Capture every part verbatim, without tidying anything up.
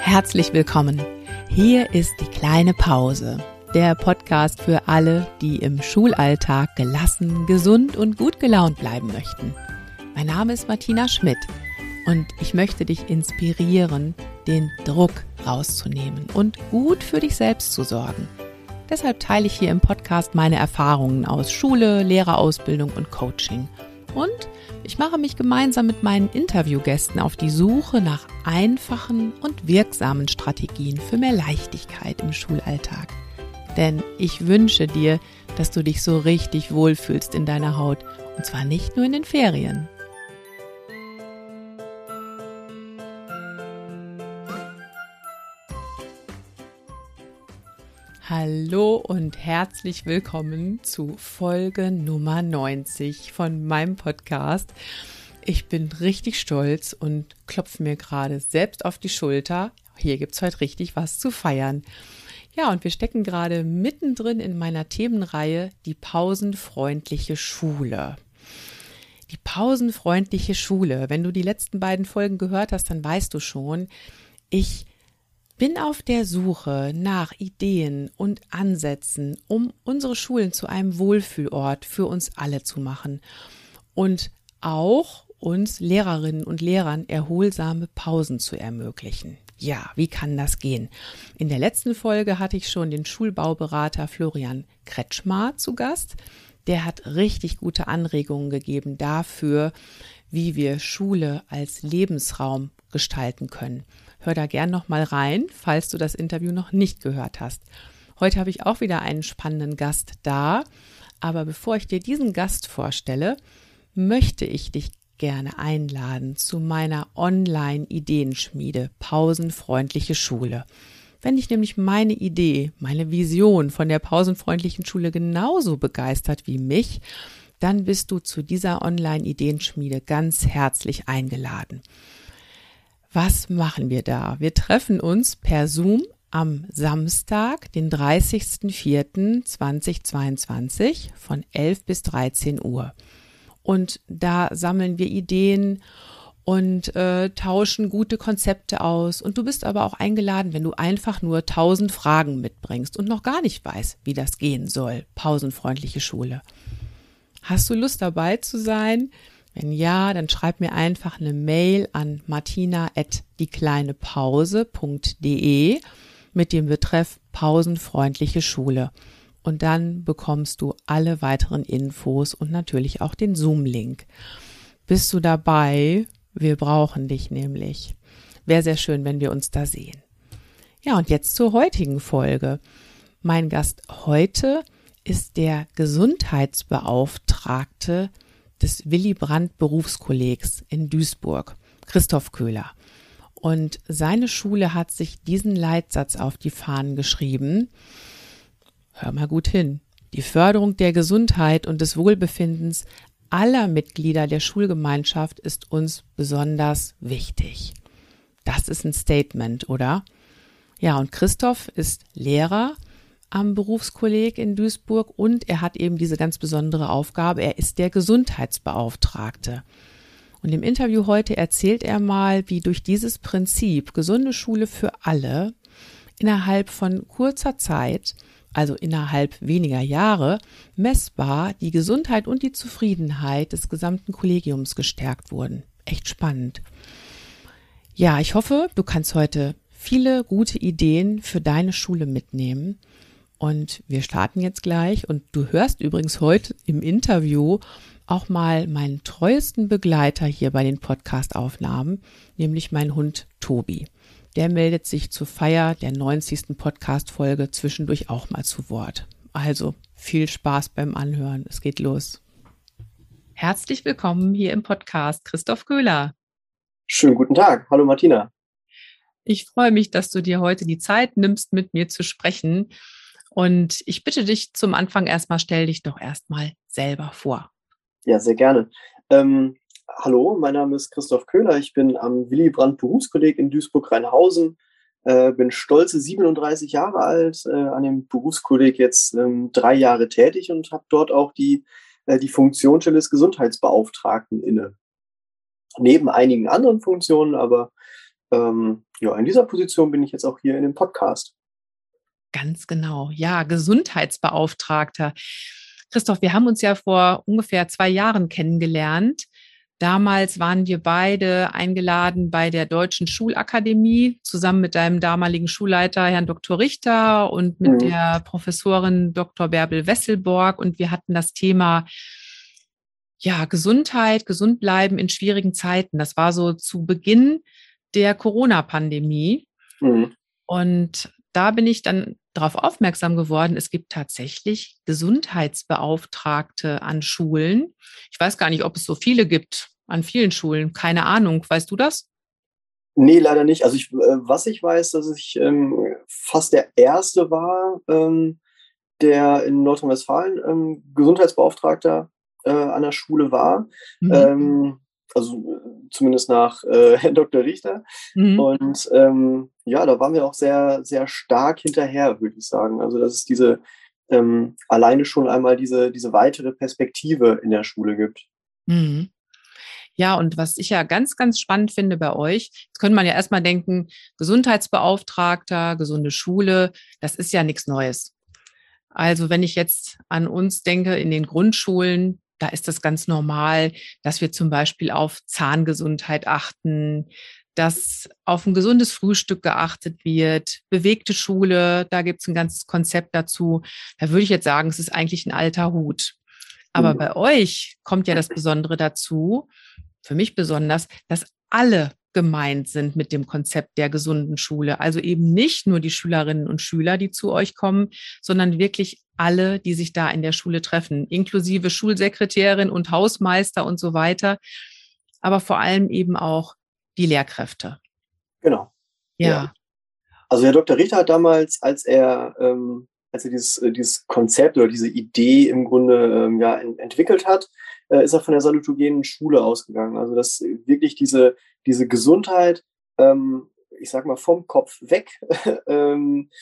Herzlich willkommen. Hier ist die kleine Pause, der Podcast für alle, die im Schulalltag gelassen, gesund und gut gelaunt bleiben möchten. Mein Name ist Martina Schmidt und ich möchte dich inspirieren, den Druck rauszunehmen und gut für dich selbst zu sorgen. Deshalb teile ich hier im Podcast meine Erfahrungen aus Schule, Lehrerausbildung und Coaching. Und ich mache mich gemeinsam mit meinen Interviewgästen auf die Suche nach einfachen und wirksamen Strategien für mehr Leichtigkeit im Schulalltag. Denn ich wünsche dir, dass du dich so richtig wohlfühlst in deiner Haut, und zwar nicht nur in den Ferien. Hallo und herzlich willkommen zu Folge Nummer neunzig von meinem Podcast. Ich bin richtig stolz und klopfe mir gerade selbst auf die Schulter. Hier gibt's heute richtig was zu feiern. Ja, und wir stecken gerade mittendrin in meiner Themenreihe die pausenfreundliche Schule. Die pausenfreundliche Schule. Wenn du die letzten beiden Folgen gehört hast, dann weißt du schon, ich bin auf der Suche nach Ideen und Ansätzen, um unsere Schulen zu einem Wohlfühlort für uns alle zu machen und auch uns Lehrerinnen und Lehrern erholsame Pausen zu ermöglichen. Ja, wie kann das gehen? In der letzten Folge hatte ich schon den Schulbauberater Florian Kretschmar zu Gast. Der hat richtig gute Anregungen gegeben dafür, wie wir Schule als Lebensraum gestalten können. Hör da gern noch mal rein, falls du das Interview noch nicht gehört hast. Heute habe ich auch wieder einen spannenden Gast da, aber bevor ich dir diesen Gast vorstelle, möchte ich dich gerne einladen zu meiner Online-Ideenschmiede Pausenfreundliche Schule. Wenn dich nämlich meine Idee, meine Vision von der pausenfreundlichen Schule genauso begeistert wie mich, dann bist du zu dieser Online-Ideenschmiede ganz herzlich eingeladen. Was machen wir da? Wir treffen uns per Zoom am Samstag, den dreißigsten vierten zweitausendzweiundzwanzig von elf bis dreizehn Uhr. Und da sammeln wir Ideen und äh, tauschen gute Konzepte aus. Und du bist aber auch eingeladen, wenn du einfach nur tausend Fragen mitbringst und noch gar nicht weißt, wie das gehen soll. Pausenfreundliche Schule. Hast du Lust dabei zu sein? Wenn ja, dann schreib mir einfach eine Mail an martina at diekleinepause punkt de mit dem Betreff pausenfreundliche Schule. Und dann bekommst du alle weiteren Infos und natürlich auch den Zoom-Link. Bist du dabei? Wir brauchen dich nämlich. Wäre sehr schön, wenn wir uns da sehen. Ja, und jetzt zur heutigen Folge. Mein Gast heute ist der Gesundheitsbeauftragte des Willy Brandt Berufskollegs in Duisburg, Christoph Köhler. Und seine Schule hat sich diesen Leitsatz auf die Fahnen geschrieben. Hör mal gut hin. Die Förderung der Gesundheit und des Wohlbefindens aller Mitglieder der Schulgemeinschaft ist uns besonders wichtig. Das ist ein Statement, oder? Ja, und Christoph ist Lehrer am Berufskolleg in Duisburg und er hat eben diese ganz besondere Aufgabe, er ist der Gesundheitsbeauftragte. Und im Interview heute erzählt er mal, wie durch dieses Prinzip gesunde Schule für alle innerhalb von kurzer Zeit, also innerhalb weniger Jahre, messbar die Gesundheit und die Zufriedenheit des gesamten Kollegiums gestärkt wurden. Echt spannend. Ja, ich hoffe, du kannst heute viele gute Ideen für deine Schule mitnehmen. Und wir starten jetzt gleich und du hörst übrigens heute im Interview auch mal meinen treuesten Begleiter hier bei den Podcast-Aufnahmen, nämlich mein Hund Tobi. Der meldet sich zur Feier der neunzigsten Podcast-Folge zwischendurch auch mal zu Wort. Also viel Spaß beim Anhören. Es geht los. Herzlich willkommen hier im Podcast, Christoph Köhler. Schönen guten Tag. Hallo Martina. Ich freue mich, dass du dir heute die Zeit nimmst, mit mir zu sprechen. Und ich bitte dich zum Anfang erstmal, stell dich doch erstmal selber vor. Ja, sehr gerne. Ähm, hallo, mein Name ist Christoph Köhler. Ich bin am Willy Brandt Berufskolleg in Duisburg-Rheinhausen. Äh, bin stolze siebenunddreißig Jahre alt, äh, an dem Berufskolleg jetzt ähm, drei Jahre tätig und habe dort auch die, äh, die Funktionsstelle des Gesundheitsbeauftragten inne. Neben einigen anderen Funktionen, aber ähm, ja, in dieser Position bin ich jetzt auch hier in dem Podcast. Ganz genau. Ja, Gesundheitsbeauftragter. Christoph, wir haben uns ja vor ungefähr zwei Jahren kennengelernt. Damals waren wir beide eingeladen bei der Deutschen Schulakademie, zusammen mit deinem damaligen Schulleiter, Herrn Doktor Richter, und mit mhm. der Professorin Doktor Bärbel Wesselborg. Und wir hatten das Thema, ja, Gesundheit, gesund bleiben in schwierigen Zeiten. Das war so zu Beginn der Corona-Pandemie. Mhm. Und da bin ich dann darauf aufmerksam geworden, es gibt tatsächlich Gesundheitsbeauftragte an Schulen. Ich weiß gar nicht, ob es so viele gibt an vielen Schulen. Keine Ahnung. Weißt du das? Nee, leider nicht. Also ich, was ich weiß, dass ich ähm, fast der Erste war, ähm, der in Nordrhein-Westfalen ähm, Gesundheitsbeauftragter äh, an der Schule war. Mhm. Ähm, also zumindest nach äh, Herrn Doktor Richter. Mhm. Und ähm, ja, da waren wir auch sehr, sehr stark hinterher, würde ich sagen. Also dass es diese ähm, alleine schon einmal diese, diese weitere Perspektive in der Schule gibt. Mhm. Ja, und was ich ja ganz, ganz spannend finde bei euch, jetzt könnte man ja erstmal denken, Gesundheitsbeauftragter, gesunde Schule, das ist ja nichts Neues. Also wenn ich jetzt an uns denke in den Grundschulen, da ist das ganz normal, dass wir zum Beispiel auf Zahngesundheit achten, dass auf ein gesundes Frühstück geachtet wird, bewegte Schule, da gibt es ein ganzes Konzept dazu. Da würde ich jetzt sagen, es ist eigentlich ein alter Hut. Aber bei euch kommt ja das Besondere dazu, für mich besonders, dass alle gemeint sind mit dem Konzept der gesunden Schule. Also eben nicht nur die Schülerinnen und Schüler, die zu euch kommen, sondern wirklich alle, die sich da in der Schule treffen, inklusive Schulsekretärin und Hausmeister und so weiter, aber vor allem eben auch die Lehrkräfte. Genau. Ja. ja. Also Herr Doktor Richter hat damals, als er, ähm, als er dieses, äh, dieses Konzept oder diese Idee im Grunde ähm, ja, en- entwickelt hat, äh, ist er von der salutogenen Schule ausgegangen. Also dass wirklich diese, diese Gesundheit, ähm, ich sag mal, vom Kopf weg ähm,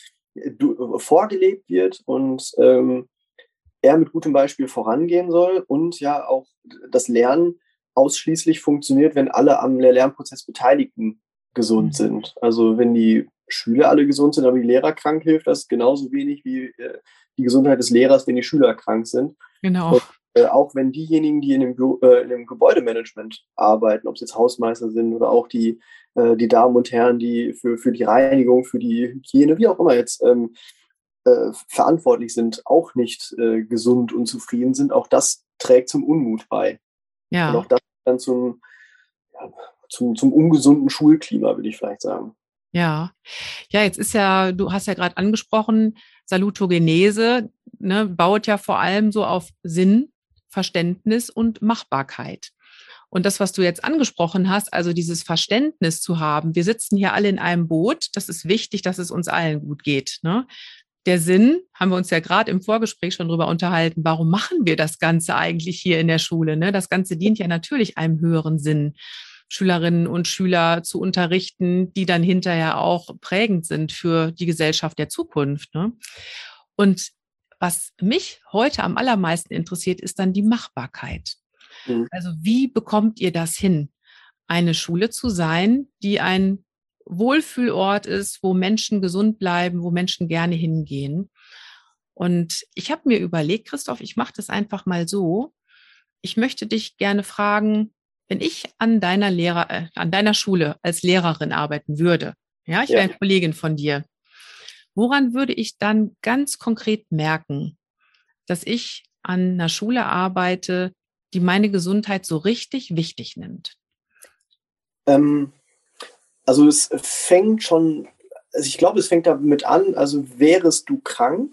du, vorgelebt wird und ähm, er mit gutem Beispiel vorangehen soll und ja auch das Lernen ausschließlich funktioniert, wenn alle am Lernprozess Beteiligten gesund sind. Also wenn die Schüler alle gesund sind, aber die Lehrer krank, hilft das genauso wenig wie äh, die Gesundheit des Lehrers, wenn die Schüler krank sind. Genau. Und, äh, auch wenn diejenigen, die in dem, äh, in dem Gebäudemanagement arbeiten, ob es jetzt Hausmeister sind oder auch die, äh, die Damen und Herren, die für, für die Reinigung, für die Hygiene, wie auch immer jetzt ähm, äh, verantwortlich sind, auch nicht äh, gesund und zufrieden sind, auch das trägt zum Unmut bei. Ja. Und auch das dann zum, ja, zum, zum ungesunden Schulklima, würde ich vielleicht sagen. Ja, ja, jetzt ist ja, du hast ja gerade angesprochen, Salutogenese, ne, baut ja vor allem so auf Sinn, Verständnis und Machbarkeit. Und das, was du jetzt angesprochen hast, also dieses Verständnis zu haben, wir sitzen hier alle in einem Boot, das ist wichtig, dass es uns allen gut geht, ne? Der Sinn, haben wir uns ja gerade im Vorgespräch schon drüber unterhalten, warum machen wir das Ganze eigentlich hier in der Schule, ne? Das Ganze dient ja natürlich einem höheren Sinn, Schülerinnen und Schüler zu unterrichten, die dann hinterher auch prägend sind für die Gesellschaft der Zukunft, ne? Und was mich heute am allermeisten interessiert, ist dann die Machbarkeit. Mhm. Also wie bekommt ihr das hin, eine Schule zu sein, die ein Wohlfühlort ist, wo Menschen gesund bleiben, wo Menschen gerne hingehen? Und ich habe mir überlegt, Christoph, ich mache das einfach mal so. Ich möchte dich gerne fragen, wenn ich an deiner Lehrer, äh, an deiner Schule als Lehrerin arbeiten würde, ja, ich wäre eine Kollegin von dir, woran würde ich dann ganz konkret merken, dass ich an einer Schule arbeite, die meine Gesundheit so richtig wichtig nimmt? Ähm, also es fängt schon, also ich glaube, es fängt damit an, also wärest du krank,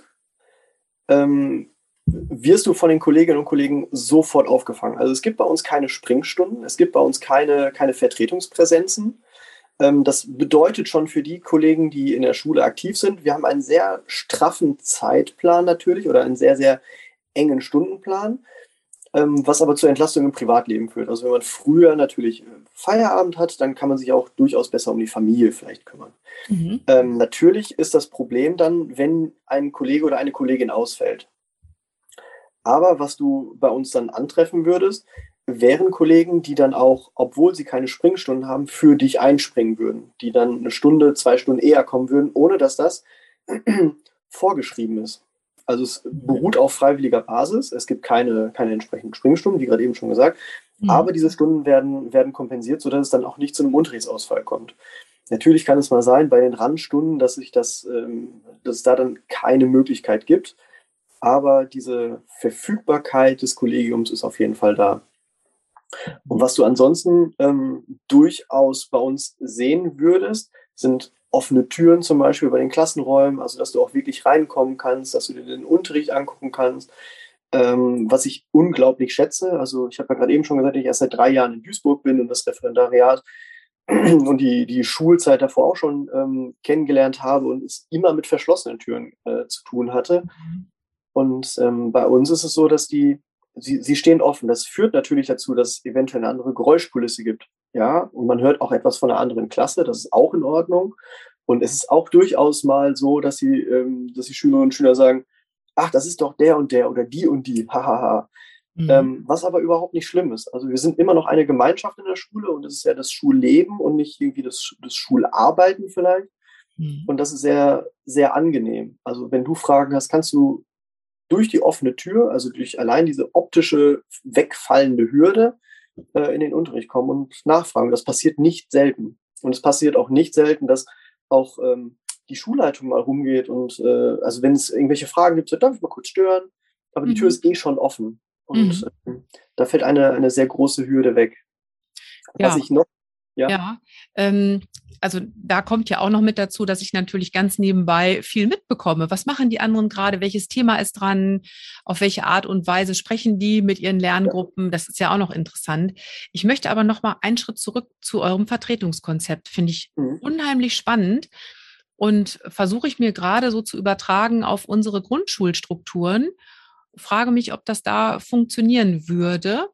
ähm, wirst du von den Kolleginnen und Kollegen sofort aufgefangen. Also es gibt bei uns keine Springstunden, es gibt bei uns keine, keine Vertretungspräsenzen. Ähm, das bedeutet schon für die Kollegen, die in der Schule aktiv sind, wir haben einen sehr straffen Zeitplan natürlich oder einen sehr, sehr engen Stundenplan, ähm, was aber zur Entlastung im Privatleben führt. Also wenn man früher natürlich Feierabend hat, dann kann man sich auch durchaus besser um die Familie vielleicht kümmern. Mhm. Ähm, natürlich ist das Problem dann, wenn ein Kollege oder eine Kollegin ausfällt. Aber was du bei uns dann antreffen würdest, wären Kollegen, die dann auch, obwohl sie keine Springstunden haben, für dich einspringen würden, die dann eine Stunde, zwei Stunden eher kommen würden, ohne dass das vorgeschrieben ist. Also es beruht auf freiwilliger Basis. Es gibt keine, keine entsprechenden Springstunden, wie gerade eben schon gesagt. Mhm. Aber diese Stunden werden, werden kompensiert, sodass es dann auch nicht zu einem Unterrichtsausfall kommt. Natürlich kann es mal sein, bei den Randstunden, dass, sich das, ähm, dass es da dann keine Möglichkeit gibt. Aber diese Verfügbarkeit des Kollegiums ist auf jeden Fall da. Und was du ansonsten ähm, durchaus bei uns sehen würdest, sind offene Türen zum Beispiel bei den Klassenräumen, also dass du auch wirklich reinkommen kannst, dass du dir den Unterricht angucken kannst. Ähm, was ich unglaublich schätze, also ich habe ja gerade eben schon gesagt, dass ich erst seit drei Jahren in Duisburg bin und das Referendariat und die, die Schulzeit davor auch schon ähm, kennengelernt habe und es immer mit verschlossenen Türen äh, zu tun hatte. Und ähm, bei uns ist es so, dass die, sie, sie stehen offen. Das führt natürlich dazu, dass es eventuell eine andere Geräuschkulisse gibt. Ja, und man hört auch etwas von einer anderen Klasse, das ist auch in Ordnung. Und es ist auch durchaus mal so, dass die, ähm, dass die Schülerinnen und Schüler sagen, ach, das ist doch der und der oder die und die, hahaha. Mhm. Ähm, was aber überhaupt nicht schlimm ist. Also wir sind immer noch eine Gemeinschaft in der Schule und es ist ja das Schulleben und nicht irgendwie das, das Schularbeiten vielleicht. Mhm. Und das ist sehr, sehr angenehm. Also wenn du Fragen hast, kannst du durch die offene Tür, also durch allein diese optische wegfallende Hürde, äh, in den Unterricht kommen und nachfragen. Das passiert nicht selten. Und es passiert auch nicht selten, dass auch ähm, die Schulleitung mal rumgeht und äh, also wenn es irgendwelche Fragen gibt, so, darf ich mal kurz stören? Aber mhm. die Tür ist eh schon offen. Und mhm. äh, da fällt eine, eine sehr große Hürde weg. Ja. Was ich noch Ja, ja ähm, also da kommt ja auch noch mit dazu, dass ich natürlich ganz nebenbei viel mitbekomme. Was machen die anderen gerade? Welches Thema ist dran? Auf welche Art und Weise sprechen die mit ihren Lerngruppen? Das ist ja auch noch interessant. Ich möchte aber noch mal einen Schritt zurück zu eurem Vertretungskonzept. Finde ich mhm. unheimlich spannend und versuche ich mir gerade so zu übertragen auf unsere Grundschulstrukturen. Frage mich, ob das da funktionieren würde.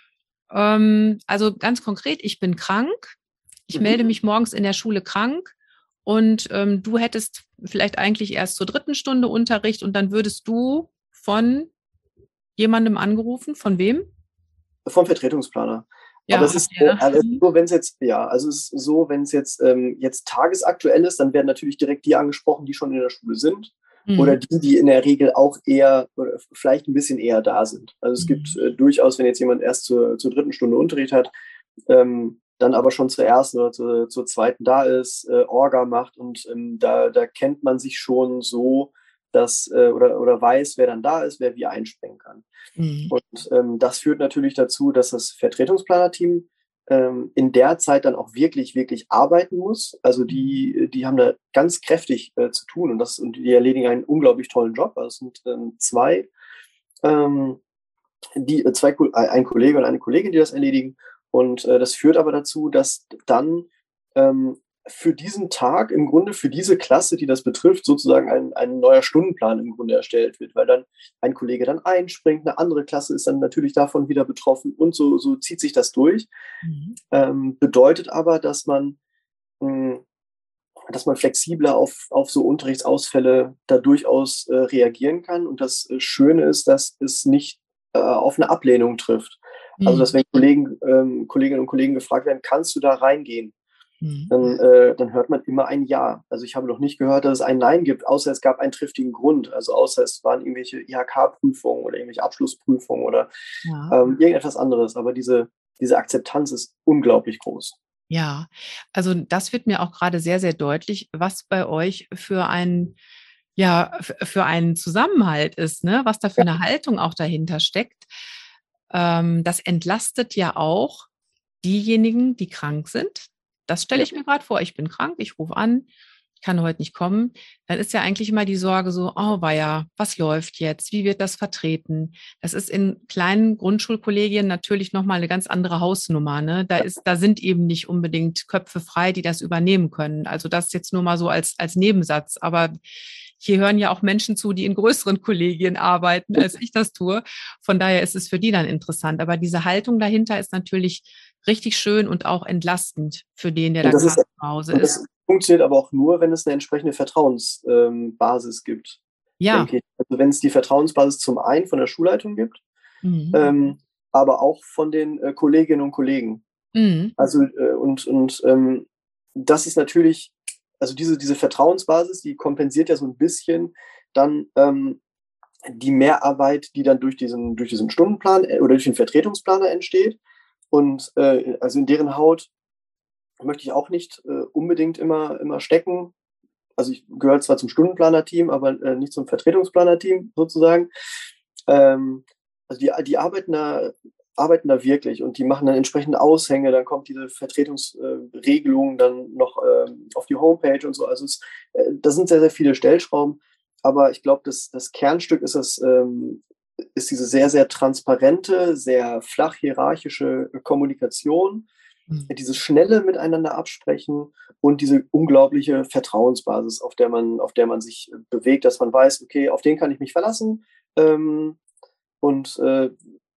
Also ganz konkret, ich bin krank, ich mhm. melde mich morgens in der Schule krank und ähm, du hättest vielleicht eigentlich erst zur dritten Stunde Unterricht und dann würdest du von jemandem angerufen, von wem? Vom Vertretungsplaner. Ja, aber es ist ja. so, also so wenn es jetzt, ja, also es ist so, wenn es jetzt, ähm, jetzt tagesaktuell ist, dann werden natürlich direkt die angesprochen, die schon in der Schule sind. Mhm. Oder die, die in der Regel auch eher oder vielleicht ein bisschen eher da sind. Also es mhm. gibt äh, durchaus, wenn jetzt jemand erst zur, zur dritten Stunde Unterricht hat, ähm, dann aber schon zur ersten oder zur, zur zweiten da ist, äh, Orga macht und ähm, da, da kennt man sich schon so, dass äh, oder, oder weiß, wer dann da ist, wer wie einspringen kann. Mhm. Und ähm, das führt natürlich dazu, dass das Vertretungsplanerteam ähm, in der Zeit dann auch wirklich, wirklich arbeiten muss. Also die, die haben da ganz kräftig äh, zu tun und, das, und die erledigen einen unglaublich tollen Job. Also es sind ähm, zwei, ähm, die, äh, zwei, ein Kollege und eine Kollegin, die das erledigen. Und äh, das führt aber dazu, dass dann ähm, für diesen Tag im Grunde, für diese Klasse, die das betrifft, sozusagen ein, ein neuer Stundenplan im Grunde erstellt wird, weil dann ein Kollege dann einspringt, eine andere Klasse ist dann natürlich davon wieder betroffen und so, so zieht sich das durch. Mhm. Ähm, bedeutet aber, dass man, mh, dass man flexibler auf, auf so Unterrichtsausfälle da durchaus äh, reagieren kann. Und das äh, Schöne ist, dass es nicht äh, auf eine Ablehnung trifft. Mhm. Also, dass wenn Kollegen, ähm, Kolleginnen und Kollegen gefragt werden, kannst du da reingehen? Dann, äh, dann hört man immer ein Ja. Also ich habe noch nicht gehört, dass es ein Nein gibt, außer es gab einen triftigen Grund. Also außer es waren irgendwelche I H K-Prüfungen oder irgendwelche Abschlussprüfungen oder ja. ähm, irgendetwas anderes. Aber diese, diese Akzeptanz ist unglaublich groß. Ja, also das wird mir auch gerade sehr, sehr deutlich, was bei euch für ein, ja, für einen Zusammenhalt ist, ne? Was da für eine Haltung auch dahinter steckt. Ähm, das entlastet ja auch diejenigen, die krank sind. Das stelle ich mir gerade vor, ich bin krank, ich rufe an, ich kann heute nicht kommen. Dann ist ja eigentlich immer die Sorge so, oh weia, was läuft jetzt? Wie wird das vertreten? Das ist in kleinen Grundschulkollegien natürlich nochmal eine ganz andere Hausnummer. Ne? Da ist, da sind eben nicht unbedingt Köpfe frei, die das übernehmen können. Also das jetzt nur mal so als, als Nebensatz. Aber hier hören ja auch Menschen zu, die in größeren Kollegien arbeiten, als ich das tue. Von daher ist es für die dann interessant. Aber diese Haltung dahinter ist natürlich richtig schön und auch entlastend für den, der da gerade zu Hause ist. Das funktioniert aber auch nur, wenn es eine entsprechende Vertrauensbasis ähm, gibt. Ja. Denke ich. Also wenn es die Vertrauensbasis zum einen von der Schulleitung gibt, mhm. ähm, aber auch von den äh, Kolleginnen und Kollegen. Mhm. Also äh, und, und ähm, das ist natürlich, also diese, diese Vertrauensbasis, die kompensiert ja so ein bisschen dann ähm, die Mehrarbeit, die dann durch diesen, durch diesen Stundenplan äh, oder durch den Vertretungsplaner entsteht. Und äh, also in deren Haut möchte ich auch nicht äh, unbedingt immer, immer stecken. Also ich gehöre zwar zum Stundenplaner-Team, aber äh, nicht zum Vertretungsplaner-Team sozusagen. Ähm, also die, die arbeiten da, arbeiten da wirklich und die machen dann entsprechende Aushänge, dann kommt diese Vertretungsregelung äh, dann noch äh, auf die Homepage und so. Also es, äh, das sind sehr, sehr viele Stellschrauben. Aber ich glaube, das, das Kernstück ist, das, ähm, ist diese sehr, sehr transparente, sehr flach hierarchische Kommunikation, Mhm. dieses schnelle Miteinander absprechen und diese unglaubliche Vertrauensbasis, auf der man, auf der man sich bewegt, dass man weiß, okay, auf den kann ich mich verlassen ähm, und äh,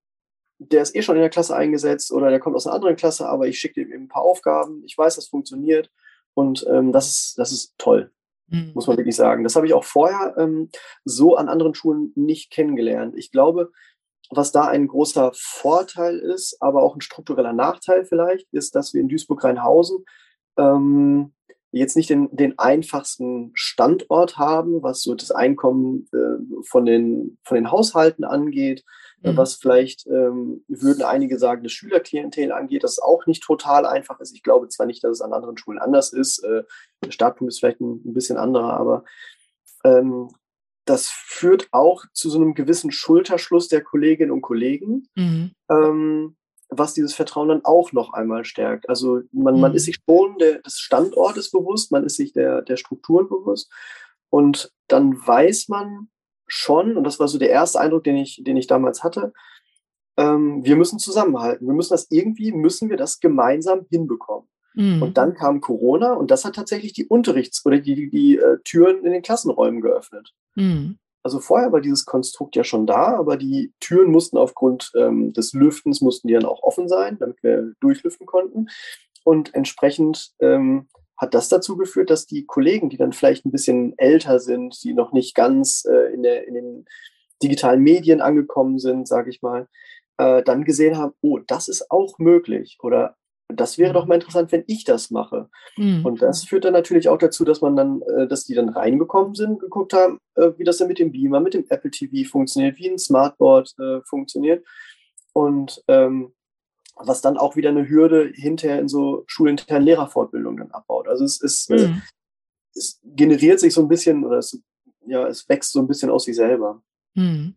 der ist eh schon in der Klasse eingesetzt oder der kommt aus einer anderen Klasse, aber ich schicke ihm eben ein paar Aufgaben, ich weiß, das funktioniert und ähm, das ist, das ist toll, Mhm. muss man wirklich sagen. Das habe ich auch vorher ähm, so an anderen Schulen nicht kennengelernt. Ich glaube, was da ein großer Vorteil ist, aber auch ein struktureller Nachteil vielleicht, ist, dass wir in Duisburg-Rheinhausen ähm, jetzt nicht den, den einfachsten Standort haben, was so das Einkommen äh, von, den, von den Haushalten angeht, äh, Mhm. was vielleicht, ähm, würden einige sagen, das Schülerklientel angeht, das auch nicht total einfach ist. Ich glaube zwar nicht, dass es an anderen Schulen anders ist, äh, der Startpunkt ist vielleicht ein, ein bisschen anderer, aber ähm, das führt auch zu so einem gewissen Schulterschluss der Kolleginnen und Kollegen, Mhm. ähm, was dieses Vertrauen dann auch noch einmal stärkt. Also man, man ist Mhm. sich schon der, des Standortes bewusst, man ist sich der, der Strukturen bewusst und dann weiß man schon, und das war so der erste Eindruck, den ich, den ich damals hatte, ähm, wir müssen zusammenhalten. Wir müssen das irgendwie, müssen wir das gemeinsam hinbekommen. Mhm. Und dann kam Corona und das hat tatsächlich die Unterrichts- oder die, die, die äh, Türen in den Klassenräumen geöffnet. Mhm. Also vorher war dieses Konstrukt ja schon da, aber die Türen mussten aufgrund ähm, des Lüftens, mussten die dann auch offen sein, damit wir durchlüften konnten. Und entsprechend ähm, hat das dazu geführt, dass die Kollegen, die dann vielleicht ein bisschen älter sind, die noch nicht ganz äh, in, der, in den digitalen Medien angekommen sind, sage ich mal, äh, dann gesehen haben, oh, das ist auch möglich oder das wäre doch mal interessant, wenn ich das mache. Mhm. Und das führt dann natürlich auch dazu, dass man dann, äh, dass die dann reingekommen sind, geguckt haben, äh, wie das dann mit dem Beamer, mit dem Apple T V funktioniert, wie ein Smartboard äh, funktioniert. Und ähm, was dann auch wieder eine Hürde hinterher in so schulinternen Lehrerfortbildungen dann abbaut. Also es ist, äh, Mhm. es generiert sich so ein bisschen oder es, ja, es wächst so ein bisschen aus sich selber. Mhm.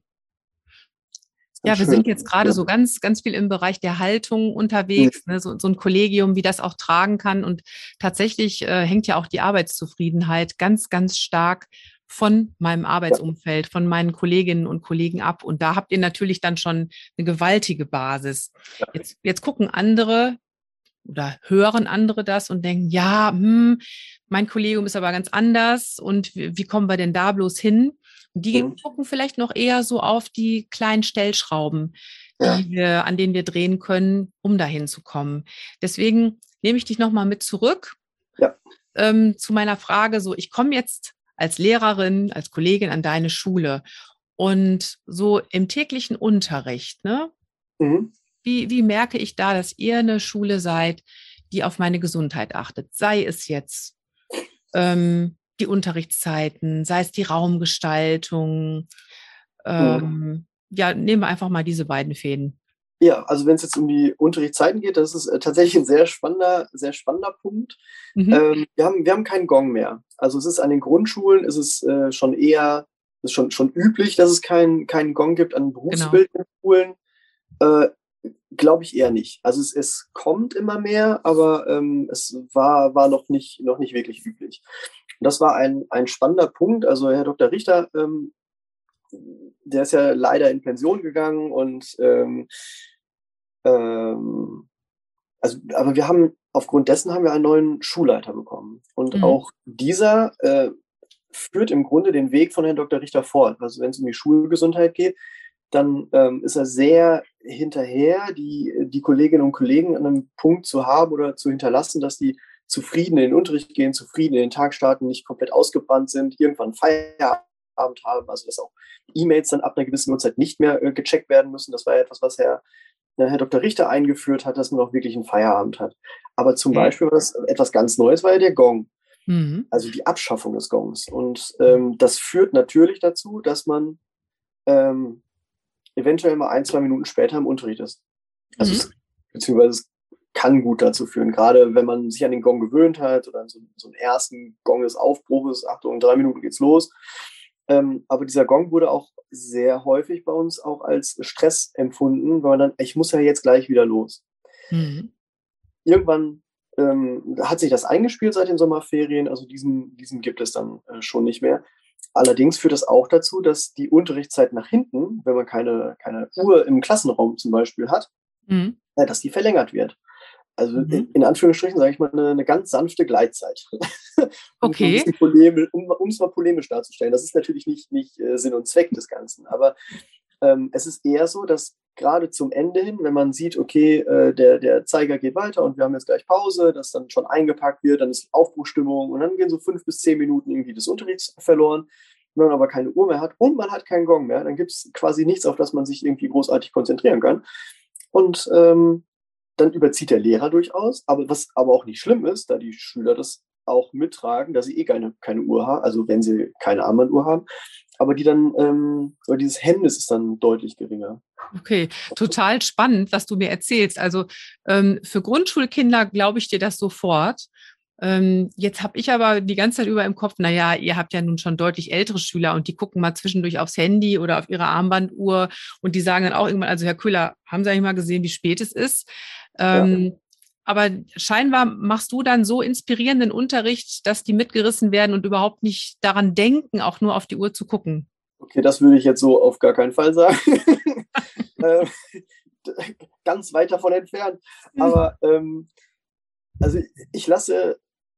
Ganz Ja, wir schön. sind jetzt gerade Ja. so ganz, ganz viel im Bereich der Haltung Mhm. unterwegs, ne? So, so ein Kollegium, wie das auch tragen kann. Und tatsächlich äh, hängt ja auch die Arbeitszufriedenheit ganz, ganz stark von meinem Ja. Arbeitsumfeld, von meinen Kolleginnen und Kollegen ab. Und da habt ihr natürlich dann schon eine gewaltige Basis. Jetzt, jetzt gucken andere oder hören andere das und denken, ja, hm, mein Kollegium ist aber ganz anders und wie, wie kommen wir denn da bloß hin? Und die Mhm. gucken vielleicht noch eher so auf die kleinen Stellschrauben, Ja. die wir, an denen wir drehen können, um dahin zu kommen. Deswegen nehme ich dich nochmal mit zurück Ja. ähm, zu meiner Frage, so, ich komme jetzt als Lehrerin, als Kollegin an deine Schule und so im täglichen Unterricht, ne? Mhm. Wie, wie merke ich da, dass ihr eine Schule seid, die auf meine Gesundheit achtet? Sei es jetzt ähm, die Unterrichtszeiten, sei es die Raumgestaltung. Mhm. Ähm, ja, nehmen wir einfach mal diese beiden Fäden. Ja, also wenn es jetzt um die Unterrichtszeiten geht, das ist äh, tatsächlich ein sehr spannender, sehr spannender Punkt. Mhm. Ähm, wir haben, wir haben keinen Gong mehr. Also es ist an den Grundschulen, ist es äh, schon eher, ist schon, schon üblich, dass es keinen keinen Gong gibt. An Genau. berufsbildenden Schulen äh, glaube ich eher nicht. Also es, es kommt immer mehr, aber ähm, es war, war noch nicht, noch nicht wirklich üblich. Und das war ein, ein spannender Punkt. Also Herr Doktor Richter, ähm, der ist ja leider in Pension gegangen und ähm, ähm, also, aber wir haben, aufgrund dessen haben wir einen neuen Schulleiter bekommen. Und Mhm. auch dieser äh, führt im Grunde den Weg von Herrn Doktor Richter fort. Also wenn es um die Schulgesundheit geht, dann ähm, ist er sehr hinterher, die, die Kolleginnen und Kollegen an einem Punkt zu haben oder zu hinterlassen, dass die zufrieden in den Unterricht gehen, zufrieden in den Tag starten, nicht komplett ausgebrannt sind, irgendwann Feierabend haben, also dass auch E-Mails dann ab einer gewissen Uhrzeit nicht mehr äh, gecheckt werden müssen. Das war ja etwas, was Herr Herr Doktor Richter eingeführt hat, dass man auch wirklich einen Feierabend hat. Aber zum okay. Beispiel war das etwas ganz Neues, war ja der Gong. Mhm. Also die Abschaffung des Gongs. Und ähm, das führt natürlich dazu, dass man ähm, eventuell mal ein, zwei Minuten später im Unterricht ist. Also mhm. es, beziehungsweise es kann gut dazu führen, gerade wenn man sich an den Gong gewöhnt hat oder so, so einen ersten Gong des Aufbruches, Achtung, in drei Minuten geht's los. Ähm, aber dieser Gong wurde auch sehr häufig bei uns auch als Stress empfunden, weil man dann, ich muss ja jetzt gleich wieder los. Mhm. Irgendwann ähm, hat sich das eingespielt seit den Sommerferien, also diesen, diesen gibt es dann äh, schon nicht mehr. Allerdings führt das auch dazu, dass die Unterrichtszeit nach hinten, wenn man keine, keine Uhr im Klassenraum zum Beispiel hat, mhm. äh, dass die verlängert wird. Also mhm. in Anführungsstrichen sage ich mal eine, eine ganz sanfte Gleitzeit. um, okay. So polemisch, um, um es mal polemisch darzustellen. Das ist natürlich nicht, nicht äh, Sinn und Zweck des Ganzen, aber ähm, es ist eher so, dass gerade zum Ende hin, wenn man sieht, okay, äh, der, der Zeiger geht weiter und wir haben jetzt gleich Pause, dass dann schon eingepackt wird, dann ist Aufbruchstimmung und dann gehen so fünf bis zehn Minuten irgendwie des Unterrichts verloren. Wenn man aber keine Uhr mehr hat und man hat keinen Gong mehr, dann gibt es quasi nichts, auf das man sich irgendwie großartig konzentrieren kann. Und ähm, dann überzieht der Lehrer durchaus, aber was aber auch nicht schlimm ist, da die Schüler das auch mittragen, dass sie eh keine, keine Uhr haben, also wenn sie keine Armbanduhr haben, aber die dann, ähm, aber dieses Hemmnis ist dann deutlich geringer. Okay, total spannend, was du mir erzählst. Also ähm, für Grundschulkinder glaube ich dir das sofort. Ähm, jetzt habe ich aber die ganze Zeit über im Kopf, naja, ihr habt ja nun schon deutlich ältere Schüler und die gucken mal zwischendurch aufs Handy oder auf ihre Armbanduhr und die sagen dann auch irgendwann, also Herr Köhler, haben Sie eigentlich mal gesehen, wie spät es ist? Ähm, ja. Aber scheinbar machst du dann so inspirierenden Unterricht, dass die mitgerissen werden und überhaupt nicht daran denken, auch nur auf die Uhr zu gucken. Okay, das würde ich jetzt so auf gar keinen Fall sagen. ähm, ganz weit davon entfernt. Aber ähm, also ich lasse,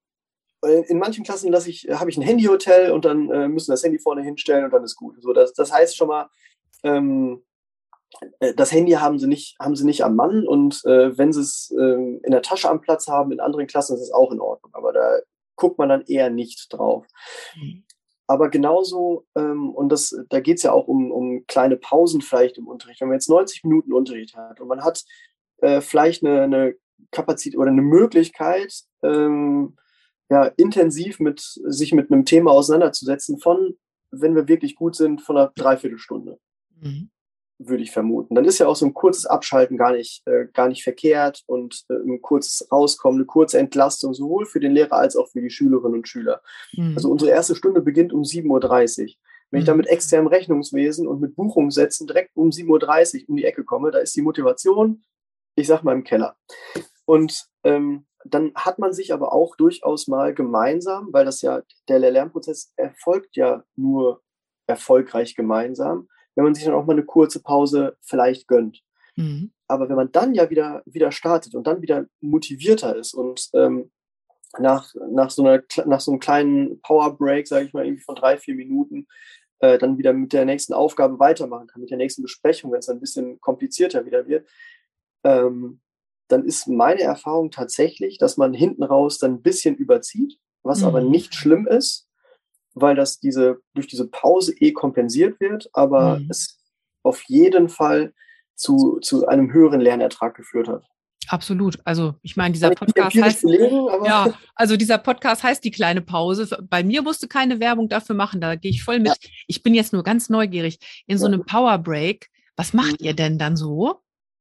in manchen Klassen lasse ich, habe ich ein Handyhotel und dann äh, müssen das Handy vorne hinstellen und dann ist gut. So, das, das heißt schon mal, ähm, das Handy haben sie nicht, haben sie nicht am Mann und äh, wenn sie es äh, in der Tasche am Platz haben, in anderen Klassen ist es auch in Ordnung, aber da guckt man dann eher nicht drauf. Mhm. Aber genauso, ähm, und das, da geht es ja auch um, um kleine Pausen vielleicht im Unterricht. Wenn man jetzt neunzig Minuten Unterricht hat und man hat äh, vielleicht eine, eine Kapazität oder eine Möglichkeit, ähm, ja, intensiv mit sich mit einem Thema auseinanderzusetzen von, wenn wir wirklich gut sind, von einer Dreiviertelstunde. Mhm. Würde ich vermuten. Dann ist ja auch so ein kurzes Abschalten gar nicht, äh, gar nicht verkehrt und äh, ein kurzes Rauskommen, eine kurze Entlastung, sowohl für den Lehrer als auch für die Schülerinnen und Schüler. Mhm. Also unsere erste Stunde beginnt um sieben Uhr dreißig. Wenn mhm. ich da mit externem Rechnungswesen und mit Buchungssätzen direkt um sieben Uhr dreißig um die Ecke komme, da ist die Motivation, ich sag mal, im Keller. Und ähm, dann hat man sich aber auch durchaus mal gemeinsam, weil das ja, der Lernprozess erfolgt ja nur erfolgreich gemeinsam, wenn man sich dann auch mal eine kurze Pause vielleicht gönnt. Mhm. Aber wenn man dann ja wieder, wieder startet und dann wieder motivierter ist und ähm, nach, nach, so einer, nach so einem kleinen Power-Break, sage ich mal, irgendwie von drei, vier Minuten, äh, dann wieder mit der nächsten Aufgabe weitermachen kann, mit der nächsten Besprechung, wenn es dann ein bisschen komplizierter wieder wird, ähm, dann ist meine Erfahrung tatsächlich, dass man hinten raus dann ein bisschen überzieht, was mhm. aber nicht schlimm ist, weil das diese, durch diese Pause eh kompensiert wird, aber mhm. es auf jeden Fall zu, zu einem höheren Lernertrag geführt hat. Absolut. Also ich meine, dieser Podcast heißt, belegen, ja, also dieser Podcast heißt die kleine Pause. Bei mir musst du keine Werbung dafür machen, da gehe ich voll mit. Ja. Ich bin jetzt nur ganz neugierig. In so einem Power Break, was macht mhm. ihr denn dann so?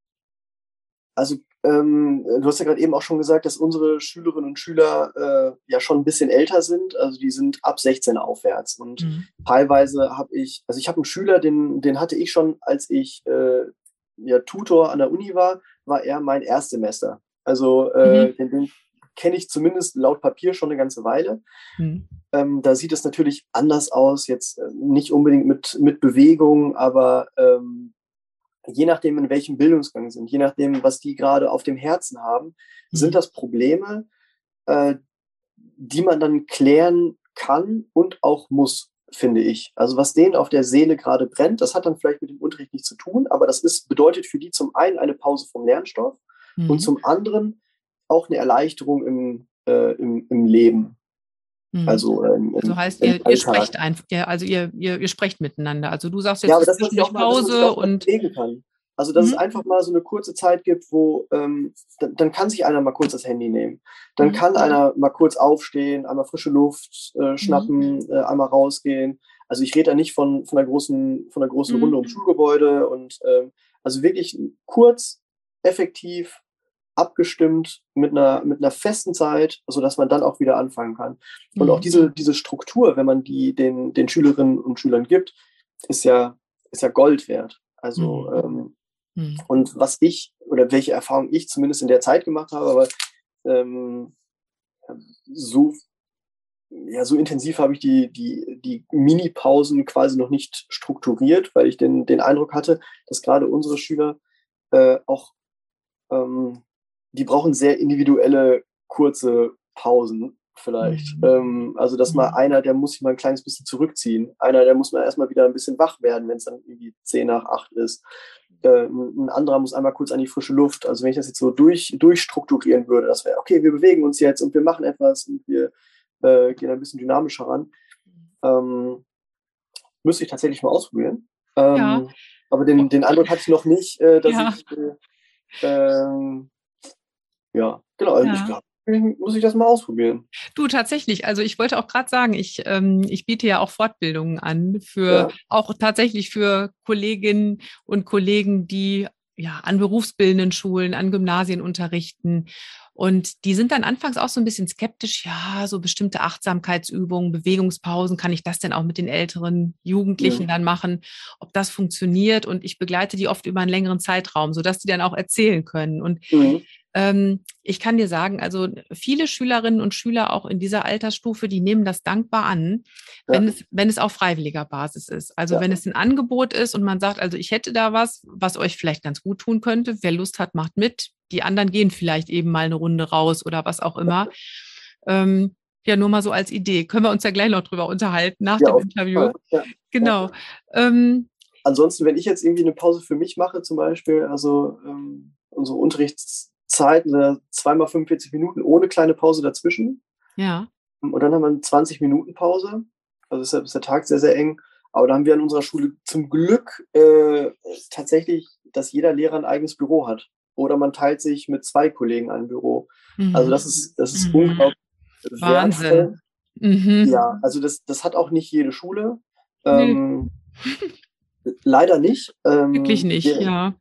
Also Ähm, du hast ja gerade eben auch schon gesagt, dass unsere Schülerinnen und Schüler äh, ja schon ein bisschen älter sind. Also die sind ab sechzehn aufwärts. Und mhm. teilweise habe ich, also ich habe einen Schüler, den, den hatte ich schon, als ich äh, ja, Tutor an der Uni war, war er mein Erstsemester. Also äh, mhm. den, den kenne ich zumindest laut Papier schon eine ganze Weile. Mhm. Ähm, da sieht es natürlich anders aus, jetzt äh, nicht unbedingt mit, mit Bewegung, aber ähm, je nachdem, in welchem Bildungsgang sind, je nachdem, was die gerade auf dem Herzen haben, mhm. sind das Probleme, äh, die man dann klären kann und auch muss, finde ich. Also was denen auf der Seele gerade brennt, das hat dann vielleicht mit dem Unterricht nichts zu tun, aber das ist, bedeutet für die zum einen eine Pause vom Lernstoff mhm. und zum anderen auch eine Erleichterung im, äh, im, im Leben. Mhm. Also, ähm, also heißt, ihr, ihr sprecht einfach, ja, also ihr, ihr, ihr sprecht miteinander. Also du sagst jetzt ja, aber das, zwischendurch Pause das, und kann. Also, dass es Mhm. einfach mal so eine kurze Zeit gibt, wo ähm, dann, dann kann sich einer mal kurz das Handy nehmen. Dann Mhm. kann einer mal kurz aufstehen, einmal frische Luft äh, Mhm. schnappen, äh, einmal rausgehen. Also ich rede da nicht von, von einer großen, von einer großen Runde Mhm. um Schulgebäude und ähm, also wirklich kurz, effektiv, abgestimmt mit einer, mit einer festen Zeit, sodass man dann auch wieder anfangen kann. Und auch Mhm. diese, diese Struktur, wenn man die den, den Schülerinnen und Schülern gibt, ist ja, ist ja Gold wert. Also, Mhm. ähm, Mhm. und was ich oder welche Erfahrung ich zumindest in der Zeit gemacht habe, aber ähm, so, ja, so intensiv habe ich die, die, die Mini-Pausen quasi noch nicht strukturiert, weil ich den, den Eindruck hatte, dass gerade unsere Schüler äh, auch ähm, die brauchen sehr individuelle, kurze Pausen vielleicht. Mhm. Ähm, also, dass mal Mhm. einer, der muss sich mal ein kleines bisschen zurückziehen. Einer, der muss mal erstmal wieder ein bisschen wach werden, wenn es dann irgendwie zehn nach acht ist. Äh, ein anderer muss einmal kurz an die frische Luft. Also, wenn ich das jetzt so durch, durchstrukturieren würde, das wäre, okay, wir bewegen uns jetzt und wir machen etwas und wir äh, gehen ein bisschen dynamischer ran. Ähm, müsste ich tatsächlich mal ausprobieren. Ja, Ähm, aber oh, den, den Eindruck hatte ich noch nicht, äh, dass ja, ich äh, ähm, ja, genau. Also ich ja. glaube, muss ich das mal ausprobieren. Du, tatsächlich, also ich wollte auch gerade sagen, ich, ähm, ich biete ja auch Fortbildungen an für Ja. auch tatsächlich für Kolleginnen und Kollegen, die ja an berufsbildenden Schulen, an Gymnasien unterrichten. Und die sind dann anfangs auch so ein bisschen skeptisch, ja, so bestimmte Achtsamkeitsübungen, Bewegungspausen, kann ich das denn auch mit den älteren Jugendlichen Mhm. dann machen, ob das funktioniert? Und ich begleite die oft über einen längeren Zeitraum, sodass die dann auch erzählen können. Und Mhm. ähm, ich kann dir sagen, also viele Schülerinnen und Schüler auch in dieser Altersstufe, die nehmen das dankbar an, wenn Ja. es, wenn es auf freiwilliger Basis ist. Also Ja. wenn es ein Angebot ist und man sagt, also ich hätte da was, was euch vielleicht ganz gut tun könnte. Wer Lust hat, macht mit. Die anderen gehen vielleicht eben mal eine Runde raus oder was auch immer. Ähm, ja, nur mal so als Idee. Können wir uns ja gleich noch drüber unterhalten nach Ja, dem auf jeden Interview. Fall. Ja. Ja. Genau. Ähm, Ansonsten, wenn ich jetzt irgendwie eine Pause für mich mache, zum Beispiel, also ähm, unsere Unterrichtszeiten sind zweimal fünfundvierzig Minuten ohne kleine Pause dazwischen. ja. Und dann haben wir eine zwanzig Minuten Pause. Also deshalb ist der Tag sehr, sehr eng. Aber da haben wir an unserer Schule zum Glück äh, tatsächlich, dass jeder Lehrer ein eigenes Büro hat. Oder man teilt sich mit zwei Kollegen ein Büro. Also Mhm. das ist, das ist Mhm. unglaublich Wahnsinn. wertvoll. Mhm. Ja, also das, das hat auch nicht jede Schule. Nee, Ähm, leider nicht. wirklich Ähm, nicht, wäre, ja.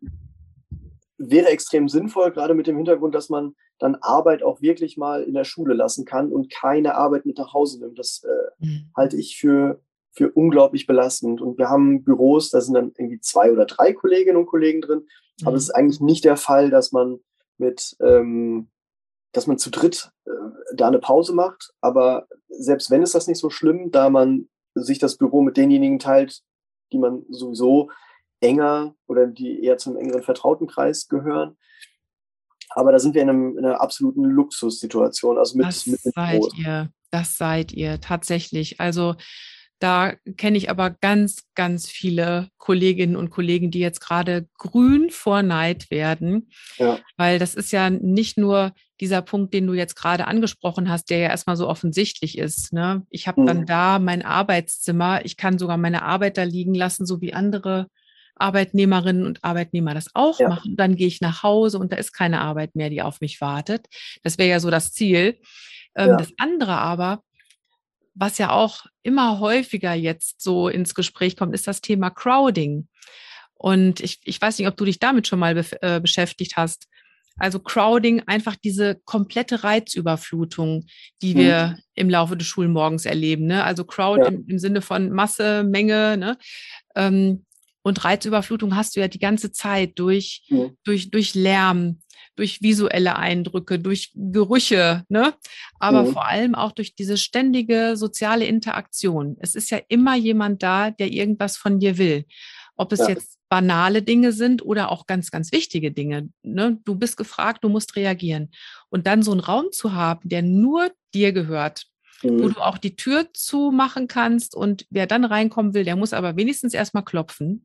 wäre extrem sinnvoll, gerade mit dem Hintergrund, dass man dann Arbeit auch wirklich mal in der Schule lassen kann und keine Arbeit mit nach Hause nimmt. Das äh, Mhm. halte ich für, für unglaublich belastend. Und wir haben Büros, da sind dann irgendwie zwei oder drei Kolleginnen und Kollegen drin. Aber es ist eigentlich nicht der Fall, dass man mit, ähm, dass man zu dritt äh, da eine Pause macht. Aber selbst wenn ist das nicht so schlimm, da man sich das Büro mit denjenigen teilt, die man sowieso enger oder die eher zum engeren Vertrautenkreis gehören. Aber da sind wir in, einem, in einer absoluten Luxussituation, also mit, mit Das den seid Büros. ihr, das seid ihr tatsächlich. Also da kenne ich aber ganz, ganz viele Kolleginnen und Kollegen, die jetzt gerade grün vor Neid werden, Ja. weil das ist ja nicht nur dieser Punkt, den du jetzt gerade angesprochen hast, der ja erstmal so offensichtlich ist. Ne? Ich habe dann Mhm. da mein Arbeitszimmer, ich kann sogar meine Arbeit da liegen lassen, so wie andere Arbeitnehmerinnen und Arbeitnehmer das auch Ja. machen. Dann gehe ich nach Hause und da ist keine Arbeit mehr, die auf mich wartet. Das wäre ja so das Ziel. Ähm, Ja. das andere aber, was ja auch immer häufiger jetzt so ins Gespräch kommt, ist das Thema Crowding. Und ich, ich weiß nicht, ob du dich damit schon mal be äh, beschäftigt hast. Also Crowding, einfach diese komplette Reizüberflutung, die Mhm. wir im Laufe des Schulmorgens erleben. Ne? Also Crowd Ja. im, im Sinne von Masse, Menge. Ne? Ähm, und Reizüberflutung hast du ja die ganze Zeit durch, Mhm. durch, durch Lärm, durch visuelle Eindrücke, durch Gerüche, ne? Aber Mhm. vor allem auch durch diese ständige soziale Interaktion. Es ist ja immer jemand da, der irgendwas von dir will. Ob es Ja. jetzt banale Dinge sind oder auch ganz, ganz wichtige Dinge. Ne? Du bist gefragt, du musst reagieren. Und dann so einen Raum zu haben, der nur dir gehört, wo Mhm. du auch die Tür zumachen kannst und wer dann reinkommen will, der muss aber wenigstens erstmal klopfen.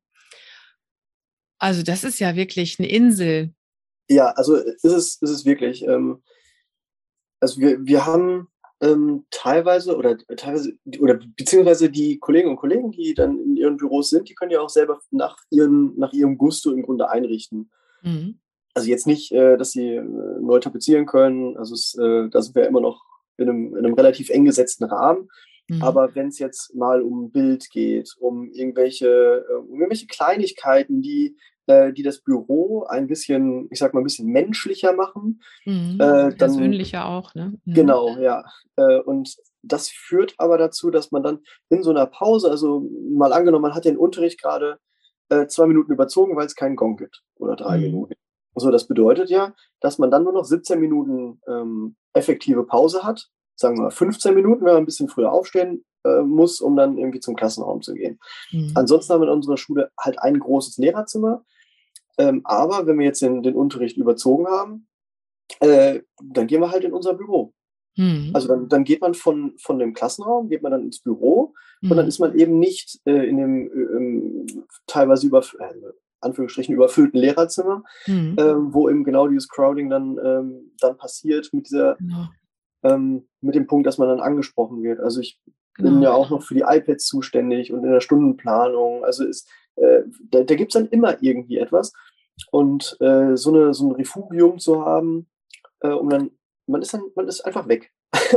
Also das ist ja wirklich eine Insel. Ja, also ist es, ist es wirklich. Ähm, also wir, wir haben Ähm, teilweise oder teilweise oder beziehungsweise die Kolleginnen und Kollegen, die dann in ihren Büros sind, die können ja auch selber nach ihren, nach ihrem Gusto im Grunde einrichten. Mhm. Also jetzt nicht, äh, dass sie äh, neu tapezieren können, also es, äh, da sind wir immer noch in einem, in einem relativ eng gesetzten Rahmen. Mhm. Aber wenn es jetzt mal um ein Bild geht, um irgendwelche, äh, um irgendwelche Kleinigkeiten, die, äh, die das Büro ein bisschen, ich sag mal, ein bisschen menschlicher machen, Mhm. äh, dann Persönlicher auch, ne? Mhm. genau, ja. Äh, und das führt aber dazu, dass man dann in so einer Pause, also mal angenommen, man hat den Unterricht gerade äh, zwei Minuten überzogen, weil es keinen Gong gibt oder drei Mhm. Minuten. So, das bedeutet ja, dass man dann nur noch siebzehn Minuten ähm, effektive Pause hat, sagen wir mal fünfzehn Minuten, wenn man ein bisschen früher aufstehen äh, muss, um dann irgendwie zum Klassenraum zu gehen. Mhm. Ansonsten haben wir in unserer Schule halt ein großes Lehrerzimmer, ähm, aber wenn wir jetzt den, den Unterricht überzogen haben, äh, dann gehen wir halt in unser Büro. Mhm. Also dann, dann geht man von, von dem Klassenraum, geht man dann ins Büro und dann Mhm. ist man eben nicht äh, in dem ähm, teilweise über, äh, Anführungsstrichen überfüllten Lehrerzimmer, Mhm. ähm, wo eben genau dieses Crowding dann, ähm, dann passiert mit dieser, Genau, ähm, mit dem Punkt, dass man dann angesprochen wird. Also ich bin genau. ja auch noch für die iPads zuständig und in der Stundenplanung. Also ist, äh, da, da gibt es dann immer irgendwie etwas. Und äh, so, eine, so ein Refugium zu haben, äh, um dann, man ist dann, man ist einfach weg.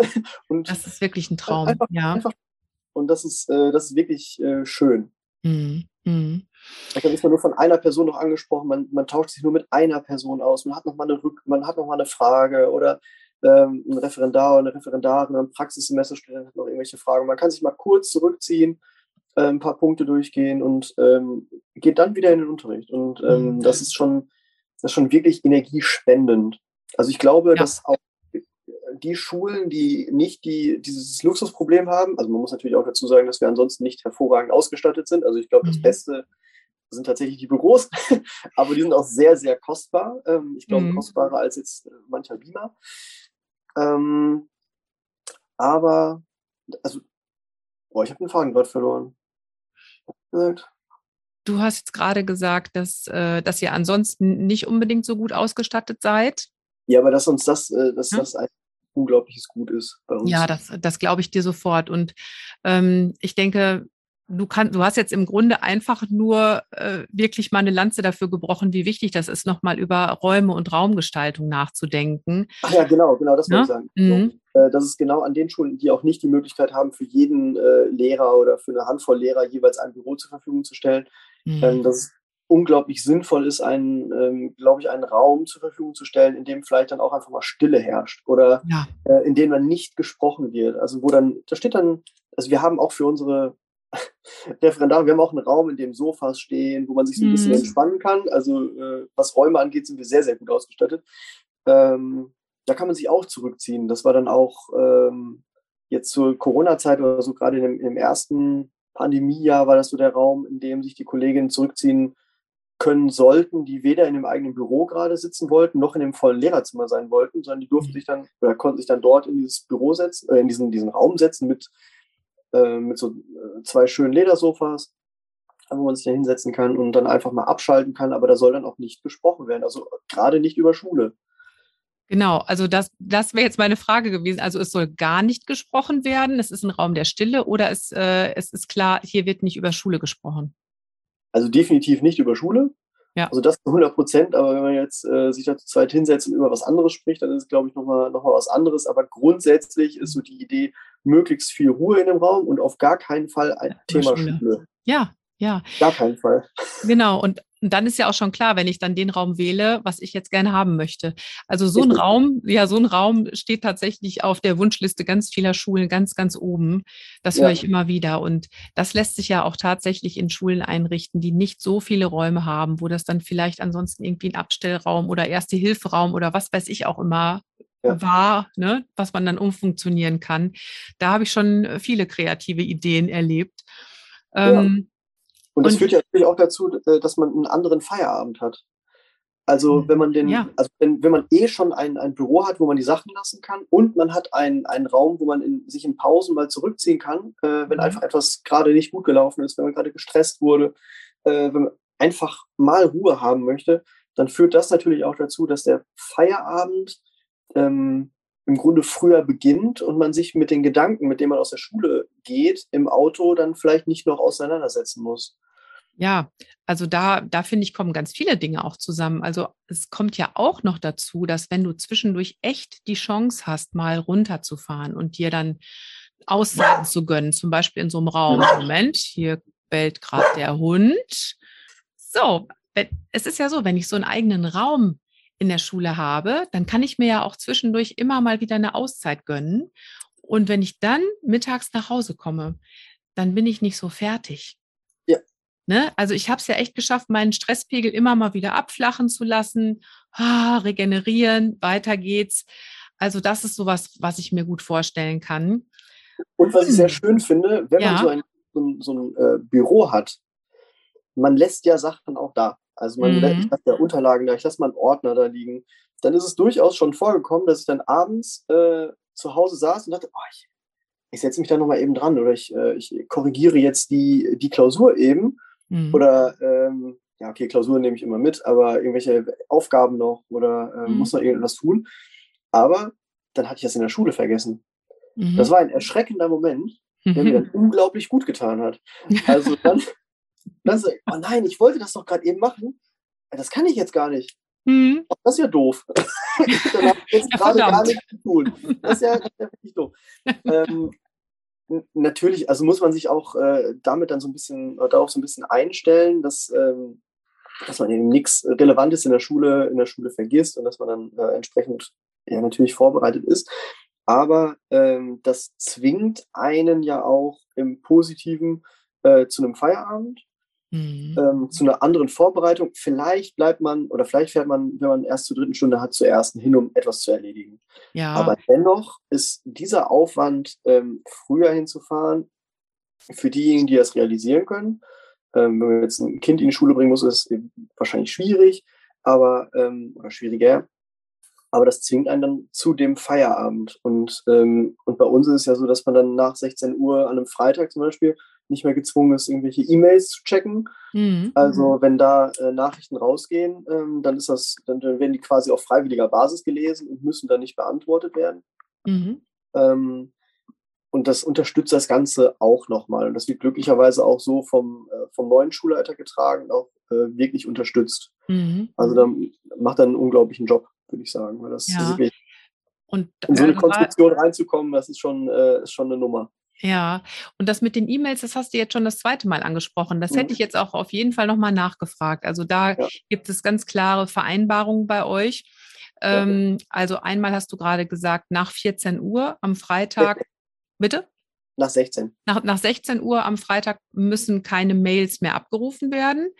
und Das ist wirklich ein äh, Traum, einfach, ja. einfach, und das ist, äh, das ist wirklich äh, schön. Mhm. Mhm. Dann ist man nur von einer Person noch angesprochen, man, man tauscht sich nur mit einer Person aus, man hat noch mal eine, Rück, man hat noch mal eine Frage oder ähm, ein Referendar oder eine Referendarin oder ein Praxissemesterstudent hat noch irgendwelche Fragen. Man kann sich mal kurz zurückziehen, äh, ein paar Punkte durchgehen und ähm, geht dann wieder in den Unterricht. Und ähm, Mhm. das ist schon, das ist schon wirklich energiespendend. Also ich glaube, Ja. dass auch die Schulen, die nicht die, dieses Luxusproblem haben, also man muss natürlich auch dazu sagen, dass wir ansonsten nicht hervorragend ausgestattet sind. Also ich glaube, das Mhm. Beste sind tatsächlich die Büros, aber die sind auch sehr, sehr kostbar. Ähm, ich glaube, Mhm. kostbarer als jetzt äh, mancher Beamer. Ähm, aber, also, boah, ich habe den Faden gerade verloren. Gesagt. Du hast jetzt gerade gesagt, dass, äh, dass ihr ansonsten nicht unbedingt so gut ausgestattet seid. Ja, aber dass uns das, äh, dass Ne? das ein unglaubliches Gut ist bei Ja, uns. das, das glaube ich dir sofort. Und ähm, ich denke, du kannst, du hast jetzt im Grunde einfach nur äh, wirklich mal eine Lanze dafür gebrochen, wie wichtig das ist, nochmal über Räume und Raumgestaltung nachzudenken. Ach ja, genau, genau, das wollte ich Ne? sagen. Also, Mhm. äh, das ist genau an den Schulen, die auch nicht die Möglichkeit haben, für jeden äh, Lehrer oder für eine Handvoll Lehrer jeweils ein Büro zur Verfügung zu stellen, Mhm. ähm, dass es unglaublich sinnvoll ist, einen, ähm, glaube ich, einen Raum zur Verfügung zu stellen, in dem vielleicht dann auch einfach mal Stille herrscht oder Ja. äh, in dem dann nicht gesprochen wird. Also wo dann, da steht dann, also wir haben auch für unsere Referendare, wir haben auch einen Raum, in dem Sofas stehen, wo man sich so ein bisschen Mhm. entspannen kann. Also äh, was Räume angeht, sind wir sehr, sehr gut ausgestattet. Ähm, da kann man sich auch zurückziehen. Das war dann auch ähm, jetzt zur Corona-Zeit oder so, gerade in dem, im ersten Pandemiejahr war das so der Raum, in dem sich die Kolleginnen zurückziehen können sollten, die weder in dem eigenen Büro gerade sitzen wollten, noch in dem vollen Lehrerzimmer sein wollten, sondern die durften sich dann oder konnten sich dann dort in dieses Büro setzen, äh, in diesen, diesen Raum setzen mit, äh, mit so äh, zwei schönen Ledersofas, wo man sich da hinsetzen kann und dann einfach mal abschalten kann, aber da soll dann auch nicht gesprochen werden, also gerade nicht über Schule. Genau, also das, das wäre jetzt meine Frage gewesen. Also es soll gar nicht gesprochen werden, es ist ein Raum der Stille oder es, äh, es ist klar, hier wird nicht über Schule gesprochen. Also definitiv nicht über Schule, Ja, also das zu hundert Prozent, aber wenn man jetzt äh, sich da zu zweit hinsetzt und über was anderes spricht, dann ist es, glaube ich, nochmal noch mal was anderes. Aber grundsätzlich ist so die Idee, möglichst viel Ruhe in dem Raum und auf gar keinen Fall ein über Thema Schule. Schule. Ja, ja. Gar keinen Fall. Genau, und dann ist ja auch schon klar, wenn ich dann den Raum wähle, was ich jetzt gerne haben möchte. Also so ein Richtig. Raum, ja, so ein Raum steht tatsächlich auf der Wunschliste ganz vieler Schulen ganz, ganz oben. Das höre Ja, ich immer wieder. Und das lässt sich ja auch tatsächlich in Schulen einrichten, die nicht so viele Räume haben, wo das dann vielleicht ansonsten irgendwie ein Abstellraum oder Erste-Hilfe-Raum oder was weiß ich auch immer ja, war, ne, was man dann umfunktionieren kann. Da habe ich schon viele kreative Ideen erlebt. ja. Ähm, Und das und führt ja natürlich auch dazu, äh, dass man einen anderen Feierabend hat. Also wenn man ja. den, also wenn, wenn man eh schon ein, ein Büro hat, wo man die Sachen lassen kann und man hat einen, einen Raum, wo man in, sich in Pausen mal zurückziehen kann, äh, wenn Mhm. einfach etwas gerade nicht gut gelaufen ist, wenn man gerade gestresst wurde, äh, wenn man einfach mal Ruhe haben möchte, dann führt das natürlich auch dazu, dass der Feierabend ähm, im Grunde früher beginnt und man sich mit den Gedanken, mit denen man aus der Schule geht, im Auto dann vielleicht nicht noch auseinandersetzen muss. Ja, also da, da finde ich, kommen ganz viele Dinge auch zusammen. Also es kommt ja auch noch dazu, dass wenn du zwischendurch echt die Chance hast, mal runterzufahren und dir dann Auszeiten zu gönnen, zum Beispiel in so einem Raum. Moment, hier bellt gerade der Hund. So, es ist ja so, wenn ich so einen eigenen Raum in der Schule habe, dann kann ich mir ja auch zwischendurch immer mal wieder eine Auszeit gönnen. Und wenn ich dann mittags nach Hause komme, dann bin ich nicht so fertig. Ja. Ne? Also ich habe es ja echt geschafft, meinen Stresspegel immer mal wieder abflachen zu lassen, ah, regenerieren, weiter geht's. Also das ist sowas, was ich mir gut vorstellen kann. Und was ich sehr schön finde, wenn ja. man so ein, so ein, so ein äh, Büro hat, man lässt ja Sachen auch da. Also man Mhm. lässt, ich lasse ja Unterlagen da, ich lasse mal einen Ordner da liegen. Dann ist es durchaus schon vorgekommen, dass ich dann abends äh, zu Hause saß und dachte, oh, ich, ich setze mich da nochmal eben dran oder ich, äh, ich korrigiere jetzt die, die Klausur eben. Mhm. Oder, ähm, ja, okay, Klausuren nehme ich immer mit, aber irgendwelche Aufgaben noch oder äh, mhm. muss noch irgendwas tun. Aber dann hatte ich das in der Schule vergessen. Mhm. Das war ein erschreckender Moment, der mhm. mir dann unglaublich gut getan hat. Also dann, dann so, oh nein, ich wollte das doch gerade eben machen. Das kann ich jetzt gar nicht. Mhm. Das ist ja doof. Dann habe ich jetzt ja, gerade gar nichts zu tun. Das ist ja, das ist ja wirklich doof. ähm, natürlich, also muss man sich auch äh, damit dann so ein bisschen, darauf so ein bisschen einstellen, dass, ähm, dass man eben nichts Relevantes in der Schule, in der Schule vergisst und dass man dann äh, entsprechend ja natürlich vorbereitet ist. Aber ähm, das zwingt einen ja auch im Positiven äh, zu einem Feierabend, mhm. ähm, zu einer anderen Vorbereitung. Vielleicht bleibt man oder vielleicht fährt man, wenn man erst zur dritten Stunde hat, zur ersten hin, um etwas zu erledigen. Ja. Aber dennoch ist dieser Aufwand, ähm, früher hinzufahren, für diejenigen, die das realisieren können. Ähm, wenn man jetzt ein Kind in die Schule bringen muss, ist es wahrscheinlich schwierig, aber ähm, oder schwieriger. Aber das zwingt einen dann zu dem Feierabend. Und, ähm, und bei uns ist es ja so, dass man dann nach sechzehn Uhr an einem Freitag zum Beispiel nicht mehr gezwungen ist, irgendwelche E-Mails zu checken. Mhm. Also wenn da äh, Nachrichten rausgehen, ähm, dann ist das, dann, dann werden die quasi auf freiwilliger Basis gelesen und müssen dann nicht beantwortet werden. Mhm. Ähm, und das unterstützt das Ganze auch nochmal. Und das wird glücklicherweise auch so vom, äh, vom neuen Schulleiter getragen und auch äh, wirklich unterstützt. Mhm. Also dann macht er einen unglaublichen Job, würde ich sagen. Weil das ja. wirklich, und, in so eine Konstruktion reinzukommen, das ist schon, äh, ist schon eine Nummer. Ja, und das mit den E-Mails, das hast du jetzt schon das zweite Mal angesprochen. Das mhm. hätte ich jetzt auch auf jeden Fall nochmal nachgefragt. Also da ja. gibt es ganz klare Vereinbarungen bei euch. Ähm, ja. Also einmal hast du gerade gesagt, nach vierzehn Uhr am Freitag, bitte? Nach sechzehn. Nach, nach sechzehn Uhr am Freitag müssen keine Mails mehr abgerufen werden.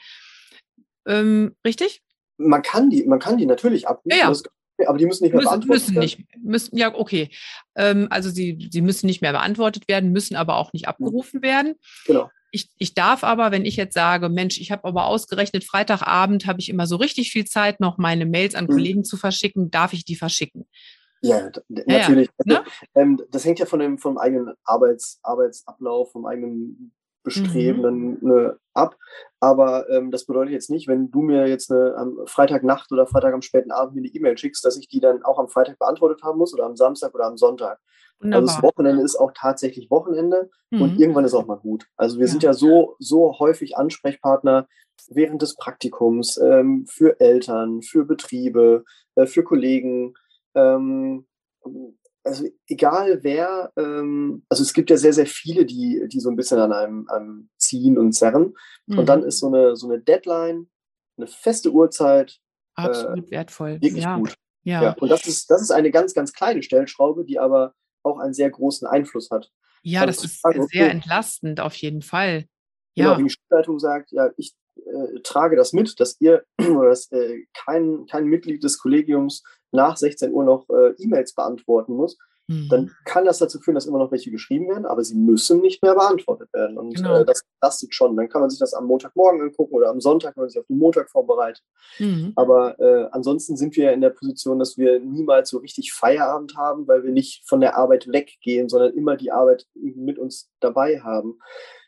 Ähm, richtig? Man kann die, man kann die natürlich abrufen, ja, ja. Das, aber die müssen nicht mehr müssen, beantwortet müssen werden. Nicht, müssen, ja, okay. Ähm, also sie, sie müssen nicht mehr beantwortet werden, müssen aber auch nicht abgerufen werden. Genau. Ich, ich darf aber, wenn ich jetzt sage, Mensch, ich habe aber ausgerechnet, Freitagabend habe ich immer so richtig viel Zeit, noch meine Mails an mhm. Kollegen zu verschicken, darf ich die verschicken? Ja, natürlich. Ja, ja. Also, ähm, das hängt ja von dem vom eigenen Arbeits, Arbeitsablauf, vom eigenen Bestreben mhm. dann ne, ab. Aber ähm, das bedeutet jetzt nicht, wenn du mir jetzt eine, am Freitagnacht oder Freitag am späten Abend mir eine E-Mail schickst, dass ich die dann auch am Freitag beantwortet haben muss oder am Samstag oder am Sonntag. Wunderbar. Also das Wochenende ist auch tatsächlich Wochenende mhm. und irgendwann ist auch mal gut. Also wir ja. sind ja so, so häufig Ansprechpartner während des Praktikums ähm, für Eltern, für Betriebe, äh, für Kollegen. Ähm, also egal wer, ähm, also es gibt ja sehr, sehr viele, die, die so ein bisschen an einem, einem ziehen und zerren. Mhm. Und dann ist so eine, so eine Deadline, eine feste Uhrzeit. Absolut äh, wertvoll. Wirklich ja. gut. Ja. Ja. Und das ist, das ist eine ganz, ganz kleine Stellschraube, die aber auch einen sehr großen Einfluss hat. Ja, also das ist sagen, okay, sehr entlastend auf jeden Fall. Genau, ja. wenn die Schulleitung sagt, ja, ich äh, trage das mit, dass ihr oder dass äh, kein, kein Mitglied des Kollegiums nach sechzehn Uhr noch äh, E-Mails beantworten muss, mhm. dann kann das dazu führen, dass immer noch welche geschrieben werden, aber sie müssen nicht mehr beantwortet werden. Und genau. äh, das belastet schon. Dann kann man sich das am Montagmorgen angucken oder am Sonntag, wenn man sich auf den Montag vorbereitet. Mhm. Aber äh, ansonsten sind wir ja in der Position, dass wir niemals so richtig Feierabend haben, weil wir nicht von der Arbeit weggehen, sondern immer die Arbeit mit uns dabei haben.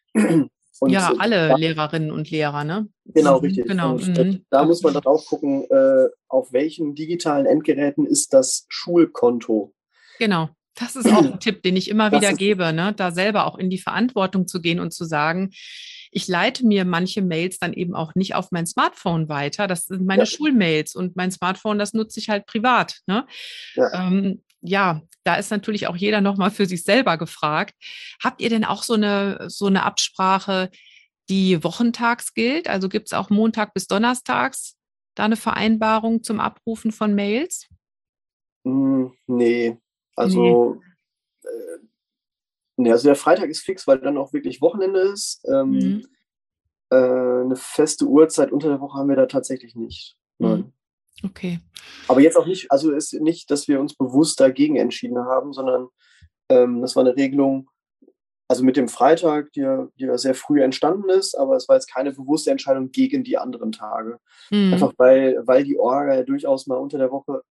Und ja, alle da, Lehrerinnen und Lehrer, ne? Genau, richtig. Genau. Und mhm. da muss man dann auch gucken, äh, auf welchen digitalen Endgeräten ist das Schulkonto. Genau. Das ist auch ein Tipp, den ich immer Das wieder ist, gebe, ne? Da selber auch in die Verantwortung zu gehen und zu sagen, ich leite mir manche Mails dann eben auch nicht auf mein Smartphone weiter. Das sind meine ja, Schulmails und mein Smartphone, das nutze ich halt privat. Ne? ja. Ähm, ja, da ist natürlich auch jeder nochmal für sich selber gefragt. Habt ihr denn auch so eine, so eine Absprache, die wochentags gilt? Also gibt es auch Montag bis Donnerstags da eine Vereinbarung zum Abrufen von Mails? Hm, nee, Nee. also, äh, nee, also der Freitag ist fix, weil dann auch wirklich Wochenende ist. Ähm, Mhm. äh, eine feste Uhrzeit unter der Woche haben wir da tatsächlich nicht. Mhm. Nein. Okay. Aber jetzt auch nicht, also ist nicht, dass wir uns bewusst dagegen entschieden haben, sondern ähm, das war eine Regelung, also mit dem Freitag, die ja, die ja sehr früh entstanden ist, aber es war jetzt keine bewusste Entscheidung gegen die anderen Tage. Mhm. Einfach weil, weil die Orga ja durchaus mal unter der Woche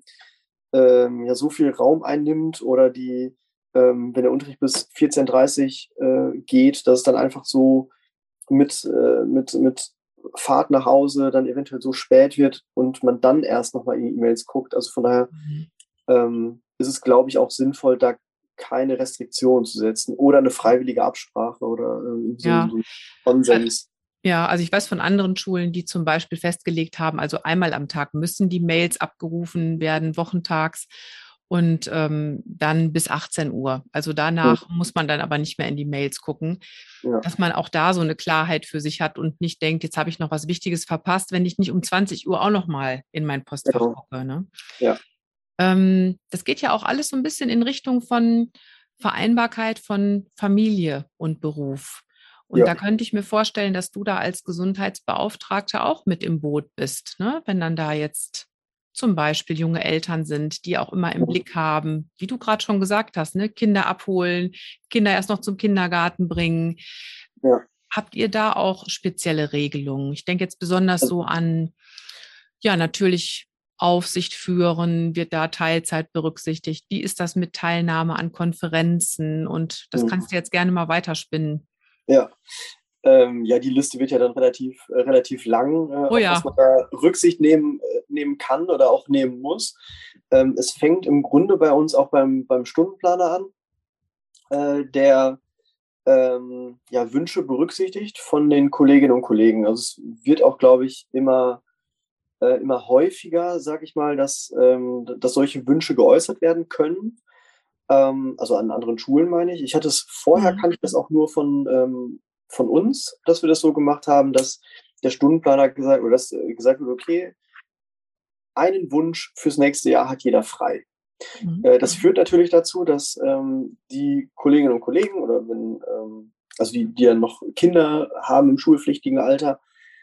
ähm, ja so viel Raum einnimmt oder die, ähm, wenn der Unterricht bis vierzehn Uhr dreißig äh, geht, dass es dann einfach so mit, äh, mit, mit Fahrt nach Hause dann eventuell so spät wird und man dann erst nochmal in die E-Mails guckt. Also von daher Mhm. ähm, ist es, glaube ich, auch sinnvoll, da keine Restriktionen zu setzen oder eine freiwillige Absprache oder ähm, so, Ja. so einen Konsens. Ja, also ich weiß von anderen Schulen, die zum Beispiel festgelegt haben, also einmal am Tag müssen die Mails abgerufen werden, wochentags und ähm, dann bis achtzehn Uhr. Also Hm, danach muss man dann aber nicht mehr in die Mails gucken, ja, dass man auch da so eine Klarheit für sich hat und nicht denkt, jetzt habe ich noch was Wichtiges verpasst, wenn ich nicht um zwanzig Uhr auch noch mal in mein Postfach genau. gucke. Ne? Ja, Ähm, das geht ja auch alles so ein bisschen in Richtung von Vereinbarkeit von Familie und Beruf. Und ja, da könnte ich mir vorstellen, dass du da als Gesundheitsbeauftragter auch mit im Boot bist, ne? Wenn dann da jetzt zum Beispiel junge Eltern sind, die auch immer im Blick haben, wie du gerade schon gesagt hast, ne? Kinder abholen, Kinder erst noch zum Kindergarten bringen. ja. Habt ihr da auch spezielle Regelungen? Ich denke jetzt besonders Also, so an, ja, natürlich Aufsicht führen, wird da Teilzeit berücksichtigt? Wie ist das mit Teilnahme an Konferenzen? Und das hm, kannst du jetzt gerne mal weiterspinnen. ja. Ähm, ja, die Liste wird ja dann relativ, äh, relativ lang, äh, Oh auf was ja. man da Rücksicht nehmen, äh, nehmen kann oder auch nehmen muss. Ähm, es fängt im Grunde bei uns auch beim, beim Stundenplaner an, äh, der ähm, ja, Wünsche berücksichtigt von den Kolleginnen und Kollegen. Also es wird auch, glaube ich, immer, äh, immer häufiger, sage ich mal, dass, ähm, dass solche Wünsche geäußert werden können. Ähm, also an anderen Schulen meine ich. Ich hatte es vorher, Mhm. kannte ich das auch nur von, ähm, von uns, dass wir das so gemacht haben, dass der Stundenplaner gesagt oder dass äh, gesagt wird, okay, einen Wunsch fürs nächste Jahr hat jeder frei. Mhm. Äh, das führt natürlich dazu, dass ähm, die Kolleginnen und Kollegen oder wenn, ähm, also die, die ja noch Kinder haben im schulpflichtigen Alter,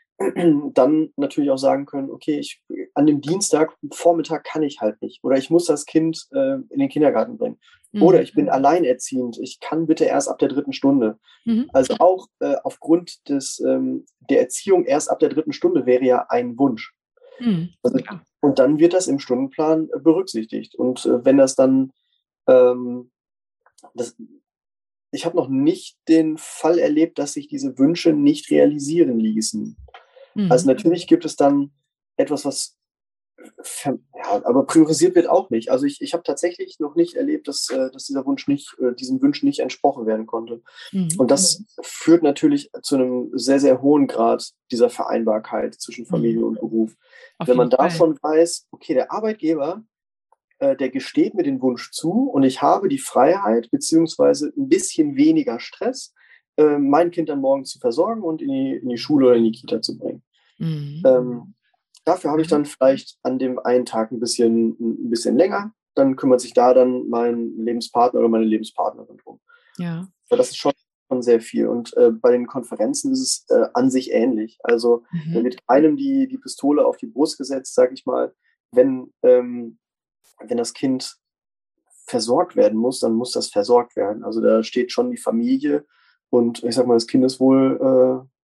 dann natürlich auch sagen können, okay, ich, an dem Dienstag Vormittag kann ich halt nicht oder ich muss das Kind äh, in den Kindergarten bringen oder Mhm. ich bin alleinerziehend, ich kann bitte erst ab der dritten Stunde. Mhm. Also auch äh, aufgrund des, ähm, der Erziehung erst ab der dritten Stunde wäre ja ein Wunsch. Mhm. Also, Klar. und dann wird das im Stundenplan berücksichtigt. Und äh, wenn das dann, ähm, das, ich habe noch nicht den Fall erlebt, dass sich diese Wünsche nicht realisieren ließen. Also Mhm. natürlich gibt es dann etwas, was, ver- ja, aber priorisiert wird auch nicht. Also ich, ich habe tatsächlich noch nicht erlebt, dass, äh, dass dieser Wunsch nicht, äh, diesem Wunsch nicht entsprochen werden konnte. Mhm. Und das führt natürlich zu einem sehr, sehr hohen Grad dieser Vereinbarkeit zwischen Mhm. Familie und Beruf. Auf Wenn jeden man Fall. davon weiß, okay, der Arbeitgeber, äh, der gesteht mir den Wunsch zu und ich habe die Freiheit, beziehungsweise ein bisschen weniger Stress, äh, mein Kind dann morgen zu versorgen und in die, in die Schule oder in die Kita zu bringen. Mhm. Ähm, dafür habe ich Ja. dann vielleicht an dem einen Tag ein bisschen, ein bisschen länger. Dann kümmert sich da dann mein Lebenspartner oder meine Lebenspartnerin drum. Ja. Aber das ist schon, schon sehr viel. Und äh, bei den Konferenzen ist es äh, an sich ähnlich. Also da Mhm. wird keinem die, die Pistole auf die Brust gesetzt, sage ich mal. Wenn, ähm, wenn das Kind versorgt werden muss, dann muss das versorgt werden. Also da steht schon die Familie und ich sag mal, das Kindeswohl äh,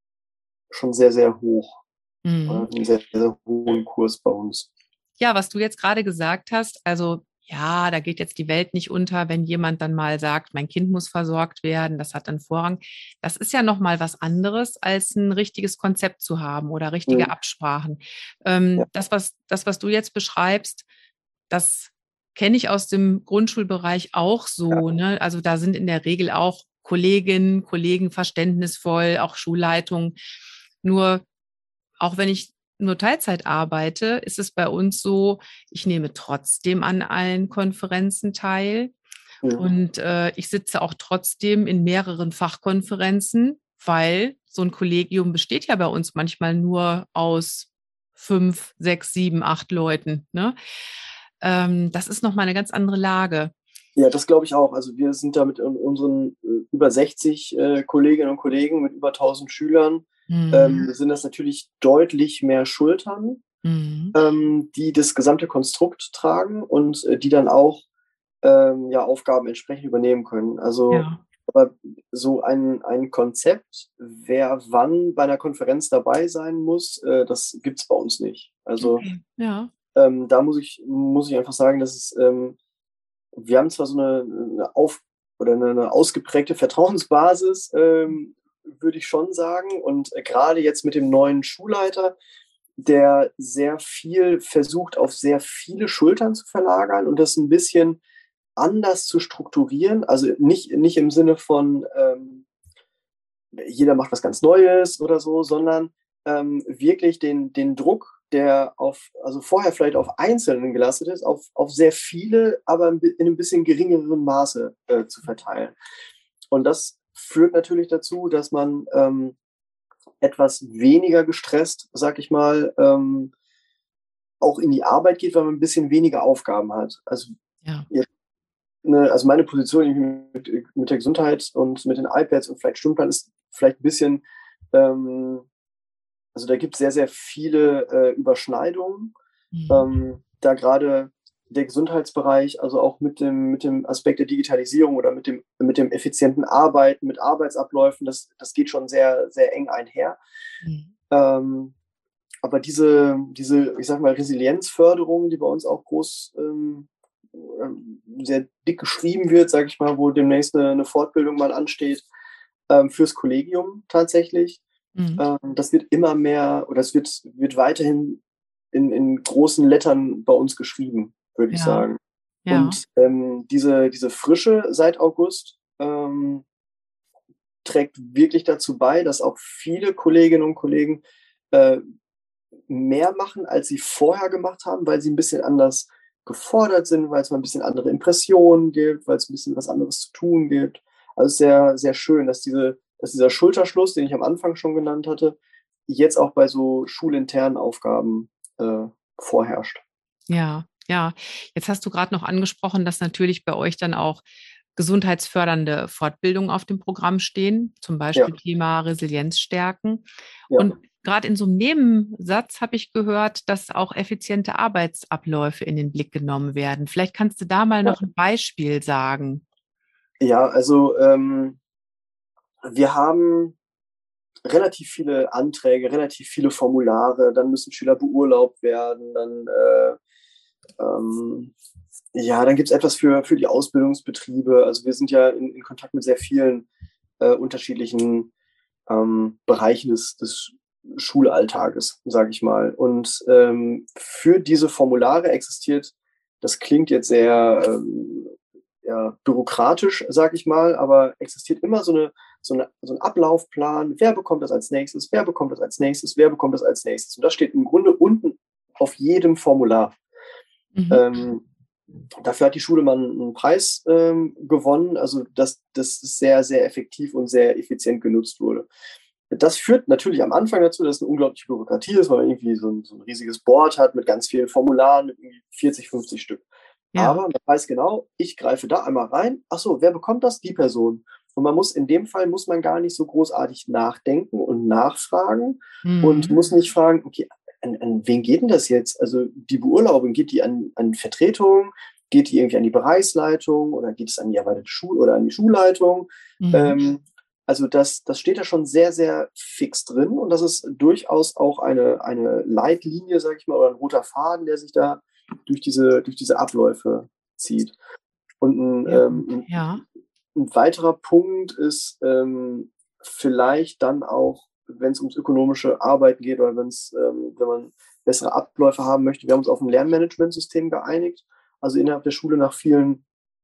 schon sehr, sehr hoch. Oder Mhm. einen sehr, sehr hohen Kurs bei uns. Ja, was du jetzt gerade gesagt hast, also ja, da geht jetzt die Welt nicht unter, wenn jemand dann mal sagt, mein Kind muss versorgt werden, das hat dann Vorrang. Das ist ja noch mal was anderes, als ein richtiges Konzept zu haben oder richtige Mhm. Absprachen. Ja. Ähm, das, was, das, was du jetzt beschreibst, das kenne ich aus dem Grundschulbereich auch so. Ja. Ne? Also da sind in der Regel auch Kolleginnen, Kollegen verständnisvoll, auch Schulleitungen. Nur auch wenn ich nur Teilzeit arbeite, ist es bei uns so, ich nehme trotzdem an allen Konferenzen teil. Mhm. Und äh, ich sitze auch trotzdem in mehreren Fachkonferenzen, weil so ein Kollegium besteht ja bei uns manchmal nur aus fünf, sechs, sieben, acht Leuten. Ne? Ähm, das ist nochmal eine ganz andere Lage. Ja, das glaube ich auch. Also wir sind da mit unseren äh, über sechzig äh, Kolleginnen und Kollegen mit über tausend Schülern, Mhm. ähm, sind das natürlich deutlich mehr Schultern, Mhm. ähm, die das gesamte Konstrukt tragen und äh, die dann auch ähm, ja, Aufgaben entsprechend übernehmen können. Also Ja. aber so ein, ein Konzept, wer wann bei einer Konferenz dabei sein muss, äh, das gibt es bei uns nicht. Also Okay. Ja. ähm, da muss ich, muss ich einfach sagen, dass es, ähm, wir haben zwar so eine, eine auf oder eine, eine ausgeprägte Vertrauensbasis, ähm, würde ich schon sagen. Und äh, gerade jetzt mit dem neuen Schulleiter, der sehr viel versucht, auf sehr viele Schultern zu verlagern und das ein bisschen anders zu strukturieren. Also nicht, nicht im Sinne von, ähm, jeder macht was ganz Neues oder so, sondern ähm, wirklich den, den Druck, der auf, also vorher vielleicht auf Einzelnen gelastet ist, auf, auf sehr viele, aber in einem bisschen geringeren Maße äh, zu verteilen. Und das führt natürlich dazu, dass man ähm, etwas weniger gestresst, sag ich mal, ähm, auch in die Arbeit geht, weil man ein bisschen weniger Aufgaben hat. Also, Ja. ne, also meine Position mit, mit der Gesundheit und mit den iPads und vielleicht Stundenplan ist vielleicht ein bisschen, ähm, also da gibt es sehr, sehr viele äh, Überschneidungen, Mhm. ähm, da gerade der Gesundheitsbereich, also auch mit dem, mit dem Aspekt der Digitalisierung oder mit dem, mit dem effizienten Arbeiten, mit Arbeitsabläufen, das, das geht schon sehr, sehr eng einher. Mhm. Ähm, aber diese, diese, ich sag mal, Resilienzförderung, die bei uns auch groß, ähm, sehr dick geschrieben wird, sage ich mal, wo demnächst eine, eine Fortbildung mal ansteht, ähm, fürs Kollegium tatsächlich. Mhm. Ähm, das wird immer mehr, oder es wird, wird weiterhin in, in großen Lettern bei uns geschrieben, würde ich Ja. sagen. Ja. Und ähm, diese, diese Frische seit August ähm, trägt wirklich dazu bei, dass auch viele Kolleginnen und Kollegen äh, mehr machen, als sie vorher gemacht haben, weil sie ein bisschen anders gefordert sind, weil es mal ein bisschen andere Impressionen gibt, weil es ein bisschen was anderes zu tun gibt. Also sehr, sehr schön, dass, diese, dass dieser Schulterschluss, den ich am Anfang schon genannt hatte, jetzt auch bei so schulinternen Aufgaben äh, vorherrscht. Ja. Ja. Jetzt hast du gerade noch angesprochen, dass natürlich bei euch dann auch gesundheitsfördernde Fortbildungen auf dem Programm stehen, zum Ja, Beispiel Thema Resilienz stärken. ja. Und gerade in so einem Nebensatz habe ich gehört, dass auch effiziente Arbeitsabläufe in den Blick genommen werden. Vielleicht kannst du da mal Ja, noch ein Beispiel sagen. ja also ähm, wir haben relativ viele Anträge, relativ viele Formulare, dann müssen Schüler beurlaubt werden, dann äh, ähm, ja, dann gibt es etwas für, für die Ausbildungsbetriebe. Also wir sind ja in, in Kontakt mit sehr vielen äh, unterschiedlichen ähm, Bereichen des, des Schulalltages, sage ich mal. Und ähm, für diese Formulare existiert, das klingt jetzt sehr ähm, ja, bürokratisch, sage ich mal, aber existiert immer so, eine, so, eine, so ein Ablaufplan. Wer bekommt das als nächstes? Wer bekommt das als nächstes? Wer bekommt das als nächstes? Und das steht im Grunde unten auf jedem Formular. Mhm. Ähm, dafür hat die Schule mal einen Preis ähm, gewonnen, also dass das sehr, sehr effektiv und sehr effizient genutzt wurde. Das führt natürlich am Anfang dazu, dass es eine unglaubliche Bürokratie ist, weil man irgendwie so ein, so ein riesiges Board hat mit ganz vielen Formularen, mit irgendwie vierzig, fünfzig Stück. Ja. Aber man weiß genau, ich greife da einmal rein. Ach so, wer bekommt das? Die Person. Und man muss in dem Fall muss man gar nicht so großartig nachdenken und nachfragen und Mhm. muss nicht fragen, okay, an, an wen geht denn das jetzt? Also die Beurlaubung, geht die an, an Vertretung? Geht die irgendwie an die Bereichsleitung oder geht es an die erweiterte Schule oder an die Schulleitung? Mhm. Ähm, also das, das steht da schon sehr, sehr fix drin und das ist durchaus auch eine, eine Leitlinie, sage ich mal, oder ein roter Faden, der sich da durch diese, durch diese Abläufe zieht. Und ein, Ja. ähm, Ja. ein weiterer Punkt ist ähm, vielleicht dann auch, wenn es ums ökonomische Arbeiten geht oder wenn's, ähm, wenn man bessere Abläufe haben möchte. Wir haben uns auf ein Lernmanagementsystem geeinigt, also innerhalb der Schule nach vielen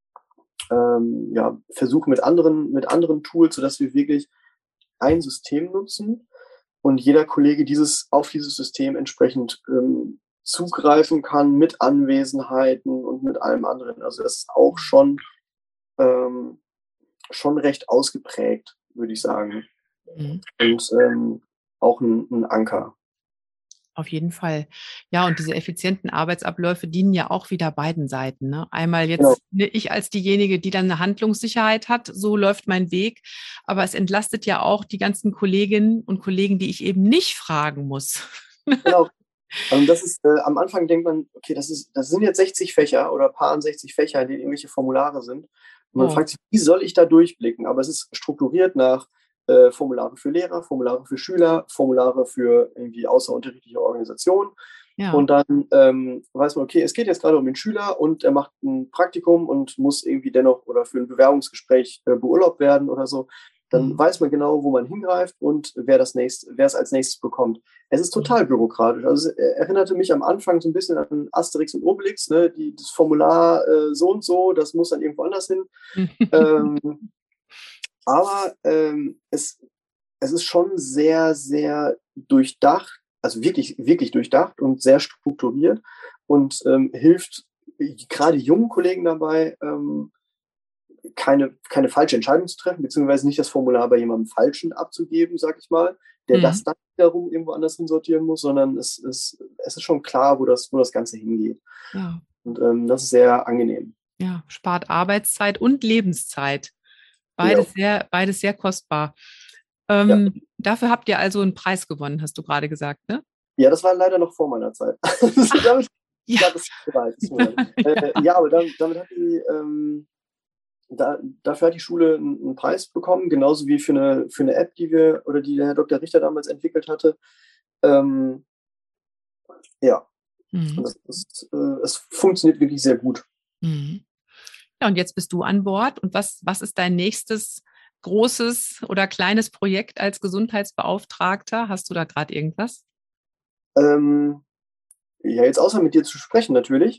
ähm, ja, Versuchen mit anderen, mit anderen Tools, sodass wir wirklich ein System nutzen und jeder Kollege dieses auf dieses System entsprechend ähm, zugreifen kann mit Anwesenheiten und mit allem anderen. Also das ist auch schon, ähm, schon recht ausgeprägt, würde ich sagen. Mhm. Und ähm, auch ein, ein Anker. Auf jeden Fall. Ja, und diese effizienten Arbeitsabläufe dienen ja auch wieder beiden Seiten. Ne? Einmal Genau. jetzt ne, ich als diejenige, die dann eine Handlungssicherheit hat, so läuft mein Weg. Aber es entlastet ja auch die ganzen Kolleginnen und Kollegen, die ich eben nicht fragen muss. Genau. Also das ist, äh, am Anfang denkt man, okay, das ist, das sind jetzt sechzig Fächer oder paar sechzig Fächer, in denen irgendwelche Formulare sind. Und man Oh, fragt sich, wie soll ich da durchblicken? Aber es ist strukturiert nach äh, Formulare für Lehrer, Formulare für Schüler, Formulare für irgendwie außerunterrichtliche Organisationen. ja. Und dann ähm, weiß man, okay, es geht jetzt gerade um den Schüler und er macht ein Praktikum und muss irgendwie dennoch oder für ein Bewerbungsgespräch äh, beurlaubt werden oder so. Dann Mhm. weiß man genau, wo man hingreift und wer das nächste, wer es als nächstes bekommt. Es ist Mhm. total bürokratisch. Also es erinnerte mich am Anfang so ein bisschen an Asterix und Obelix, ne? Die, das Formular äh, so und so, das muss dann irgendwo anders hin. Ähm, aber ähm, es, es ist schon sehr, sehr durchdacht, also wirklich, wirklich durchdacht und sehr strukturiert und ähm, hilft gerade jungen Kollegen dabei, ähm, keine, keine falsche Entscheidung zu treffen, beziehungsweise nicht das Formular bei jemandem Falschen abzugeben, sag ich mal, der das Mhm. dann wiederum irgendwo anders hinsortieren muss, sondern es ist, es ist schon klar, wo das, wo das Ganze hingeht. Ja, Und ähm, das ist sehr angenehm. ja, spart Arbeitszeit und Lebenszeit. Ja. Beides sehr, beides sehr kostbar. Ja. Ähm, dafür habt ihr also einen Preis gewonnen, hast du gerade gesagt, ne? Ja, das war leider noch vor meiner Zeit. Ach, damit, ja. ja, das tut mir leid, das tut mir leid. Ja. Äh, ja, aber damit, damit hat die, ähm, da, dafür hat die Schule einen, einen Preis bekommen, genauso wie für eine, für eine App, die wir oder die der Herr Doktor Richter damals entwickelt hatte. Ähm, ja, und Mhm. das ist, äh, es funktioniert wirklich sehr gut. Mhm. Ja, und jetzt bist du an Bord. Und was, was ist dein nächstes großes oder kleines Projekt als Gesundheitsbeauftragter? Hast du da gerade irgendwas? Ähm, ja, jetzt außer mit dir zu sprechen natürlich.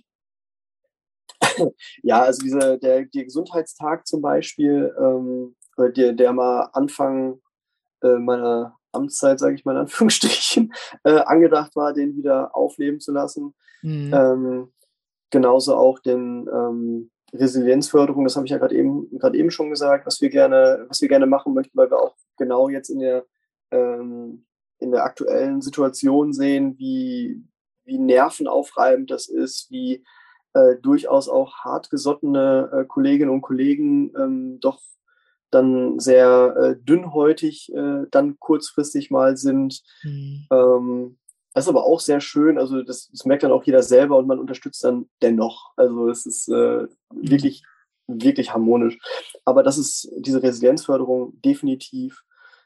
Ja, also dieser, der, der Gesundheitstag zum Beispiel, ähm, der, der mal Anfang äh, meiner Amtszeit, sage ich mal in Anführungsstrichen, äh, angedacht war, den wieder aufleben zu lassen. Mhm. Ähm, genauso auch den ähm, Resilienzförderung, das habe ich ja gerade eben, gerade eben schon gesagt, was wir gerne, was wir gerne machen möchten, weil wir auch genau jetzt in der, ähm, in der aktuellen Situation sehen, wie, wie nervenaufreibend das ist, wie äh, durchaus auch hartgesottene äh, Kolleginnen und Kollegen ähm, doch dann sehr äh, dünnhäutig äh, dann kurzfristig mal sind. Mhm. Ähm, das ist aber auch sehr schön. Also das, das merkt dann auch jeder selber und man unterstützt dann dennoch. Also es ist äh, Mhm. wirklich, wirklich harmonisch. Aber das ist diese Resilienzförderung definitiv.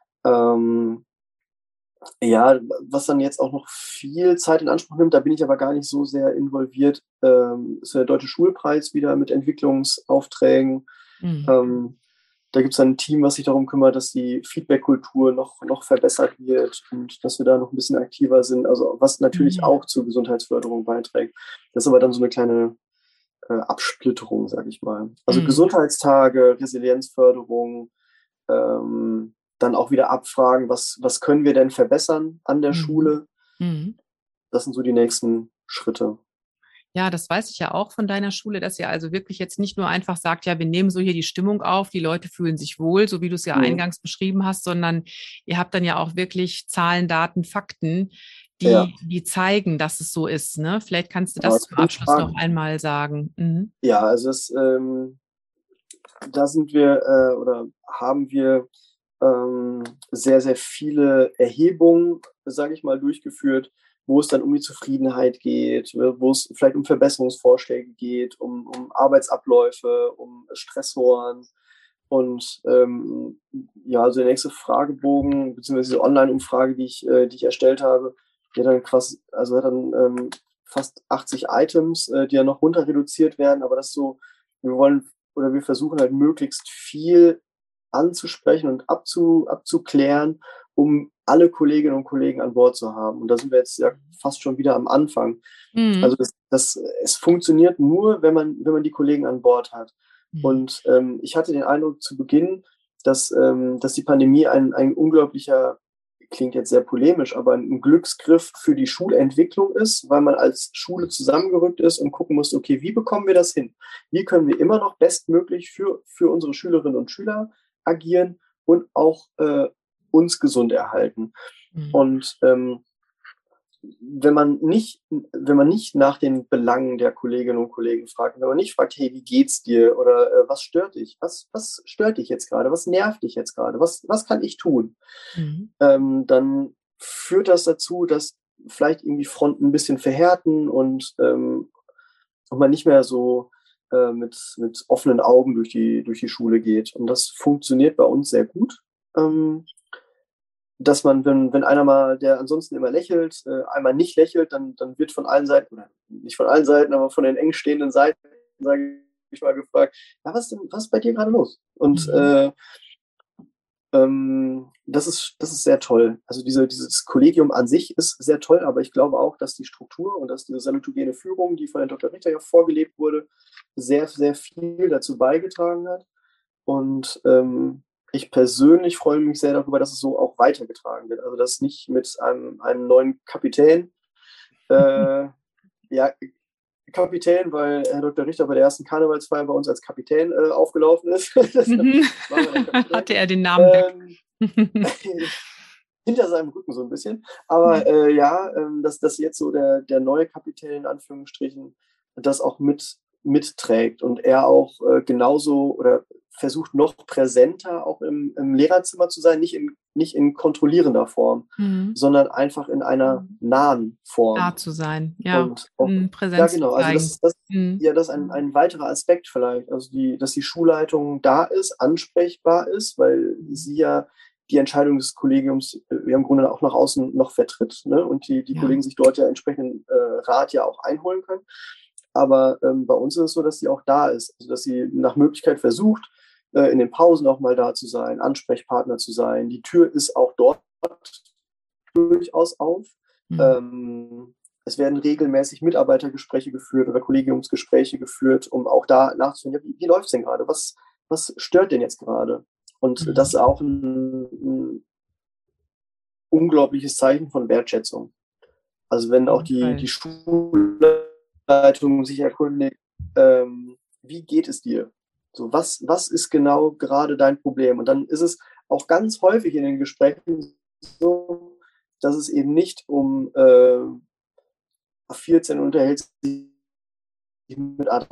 Ähm, ja, was dann jetzt auch noch viel Zeit in Anspruch nimmt, da bin ich aber gar nicht so sehr involviert, ähm, ist der Deutsche Schulpreis wieder mit Entwicklungsaufträgen. Mhm. Ähm, da gibt es ein Team, was sich darum kümmert, dass die Feedback-Kultur noch, noch verbessert wird und dass wir da noch ein bisschen aktiver sind. Also was natürlich Mhm. auch zur Gesundheitsförderung beiträgt. Das ist aber dann so eine kleine äh, Absplitterung, sage ich mal. Also Mhm. Gesundheitstage, Resilienzförderung, ähm, dann auch wieder abfragen, was, was können wir denn verbessern an der Mhm. Schule. Mhm. Das sind so die nächsten Schritte. Ja, das weiß ich ja auch von deiner Schule, dass ihr also wirklich jetzt nicht nur einfach sagt, ja, wir nehmen so hier die Stimmung auf, die Leute fühlen sich wohl, so wie du es ja Mhm. eingangs beschrieben hast, sondern ihr habt dann ja auch wirklich Zahlen, Daten, Fakten, Ja, die, die zeigen, dass es so ist. Ne? Vielleicht kannst du ja, das zum keine Abschluss noch Frage. einmal sagen. Mhm. Ja, also es, ähm, da sind wir äh, oder haben wir ähm, sehr, sehr viele Erhebungen, sage ich mal, durchgeführt, wo es dann um die Zufriedenheit geht, wo es vielleicht um Verbesserungsvorschläge geht, um, um Arbeitsabläufe, um Stressoren. Und ähm, ja, also der nächste Fragebogen, beziehungsweise diese Online-Umfrage, die ich, äh, die ich erstellt habe, die hat dann krass, also hat dann ähm, fast achtzig Items, äh, die ja noch runter reduziert werden, aber das ist so, wir wollen oder wir versuchen halt möglichst viel anzusprechen und abzu, abzuklären um alle Kolleginnen und Kollegen an Bord zu haben. Und da sind wir jetzt ja fast schon wieder am Anfang. Mhm. Also das, das, es funktioniert nur, wenn man, wenn man die Kollegen an Bord hat. Mhm. Und ähm, ich hatte den Eindruck zu Beginn, dass, ähm, dass die Pandemie ein, ein unglaublicher, klingt jetzt sehr polemisch, aber ein Glücksgriff für die Schulentwicklung ist, weil man als Schule zusammengerückt ist und gucken muss, okay, wie bekommen wir das hin? Wie können wir immer noch bestmöglich für, für unsere Schülerinnen und Schüler agieren und auch äh, uns gesund erhalten? Mhm. Und ähm, wenn man nicht, wenn man nicht nach den Belangen der Kolleginnen und Kollegen fragt, wenn man nicht fragt, hey, wie geht's dir oder äh, was stört dich? Was, was stört dich jetzt gerade? Was nervt dich jetzt gerade? Was, was kann ich tun? Mhm. Ähm, dann führt das dazu, dass vielleicht irgendwie Fronten ein bisschen verhärten und, ähm, und man nicht mehr so äh, mit, mit offenen Augen durch die, durch die Schule geht. Und das funktioniert bei uns sehr gut. Ähm, dass man, wenn, wenn einer mal, der ansonsten immer lächelt, äh, einmal nicht lächelt, dann, dann wird von allen Seiten, oder nicht von allen Seiten, aber von den eng stehenden Seiten, sage ich mal, gefragt, ja, was, denn, was ist bei dir gerade los? Und mhm. äh, ähm, das, ist, das ist sehr toll. Also diese, dieses Kollegium an sich ist sehr toll, aber ich glaube auch, dass die Struktur und dass diese salutogene Führung, die von Herrn Doktor Richter ja vorgelebt wurde, sehr, sehr viel dazu beigetragen hat. Und ähm, ich persönlich freue mich sehr darüber, dass es so auch weitergetragen wird. Also dass nicht mit einem, einem neuen Kapitän, äh, ja, Kapitän, weil Herr Doktor Richter bei der ersten Karnevalsfeier bei uns als Kapitän äh, aufgelaufen ist. Mhm. Hatte er den Namen ähm, hinter seinem Rücken so ein bisschen. Aber äh, ja, ähm, dass, dass jetzt so der, der neue Kapitän in Anführungsstrichen das auch mit mitträgt und er auch äh, genauso oder versucht noch präsenter auch im, im Lehrerzimmer zu sein, nicht in, nicht in kontrollierender Form, mhm. sondern einfach in einer nahen Form. Da zu sein, ja. Und auch, mhm, Präsenz ja, genau. Also das, das, mhm. ja, das ist ein, ein weiterer Aspekt vielleicht, also die, dass die Schulleitung da ist, ansprechbar ist, weil sie ja die Entscheidung des Kollegiums äh, im Grunde auch nach außen noch vertritt, ne? Und die, die ja. Kollegen sich dort ja entsprechenden äh, Rat ja auch einholen können. Aber ähm, bei uns ist es so, dass sie auch da ist, also dass sie nach Möglichkeit versucht, äh, in den Pausen auch mal da zu sein, Ansprechpartner zu sein. Die Tür ist auch dort durchaus auf. Mhm. Ähm, es werden regelmäßig Mitarbeitergespräche geführt oder Kollegiumsgespräche geführt, um auch da nachzufinden, ja, wie, wie läuft es denn gerade? Was, was stört denn jetzt gerade? Und mhm. das ist auch ein, ein unglaubliches Zeichen von Wertschätzung. Also wenn auch die, die Schulleitung sich erkundigt, ähm, wie geht es dir? So, was, was ist genau gerade dein Problem? Und dann ist es auch ganz häufig in den Gesprächen so, dass es eben nicht um äh, A vierzehn unterhält sich mit A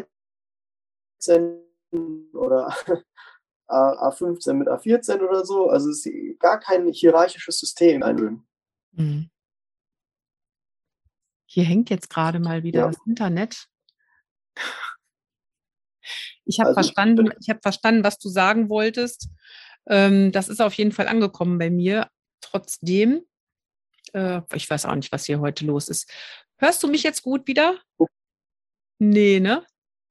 dreizehn oder A fünfzehn mit A vierzehn oder so. Also es ist gar kein hierarchisches System einführen. Mhm. Hier hängt jetzt gerade mal wieder ja. das Internet. Ich habe also, verstanden, ich habe verstanden, was du sagen wolltest. Ähm, das ist auf jeden Fall angekommen bei mir. Trotzdem, äh, ich weiß auch nicht, was hier heute los ist. Hörst du mich jetzt gut wieder? Nee, ne?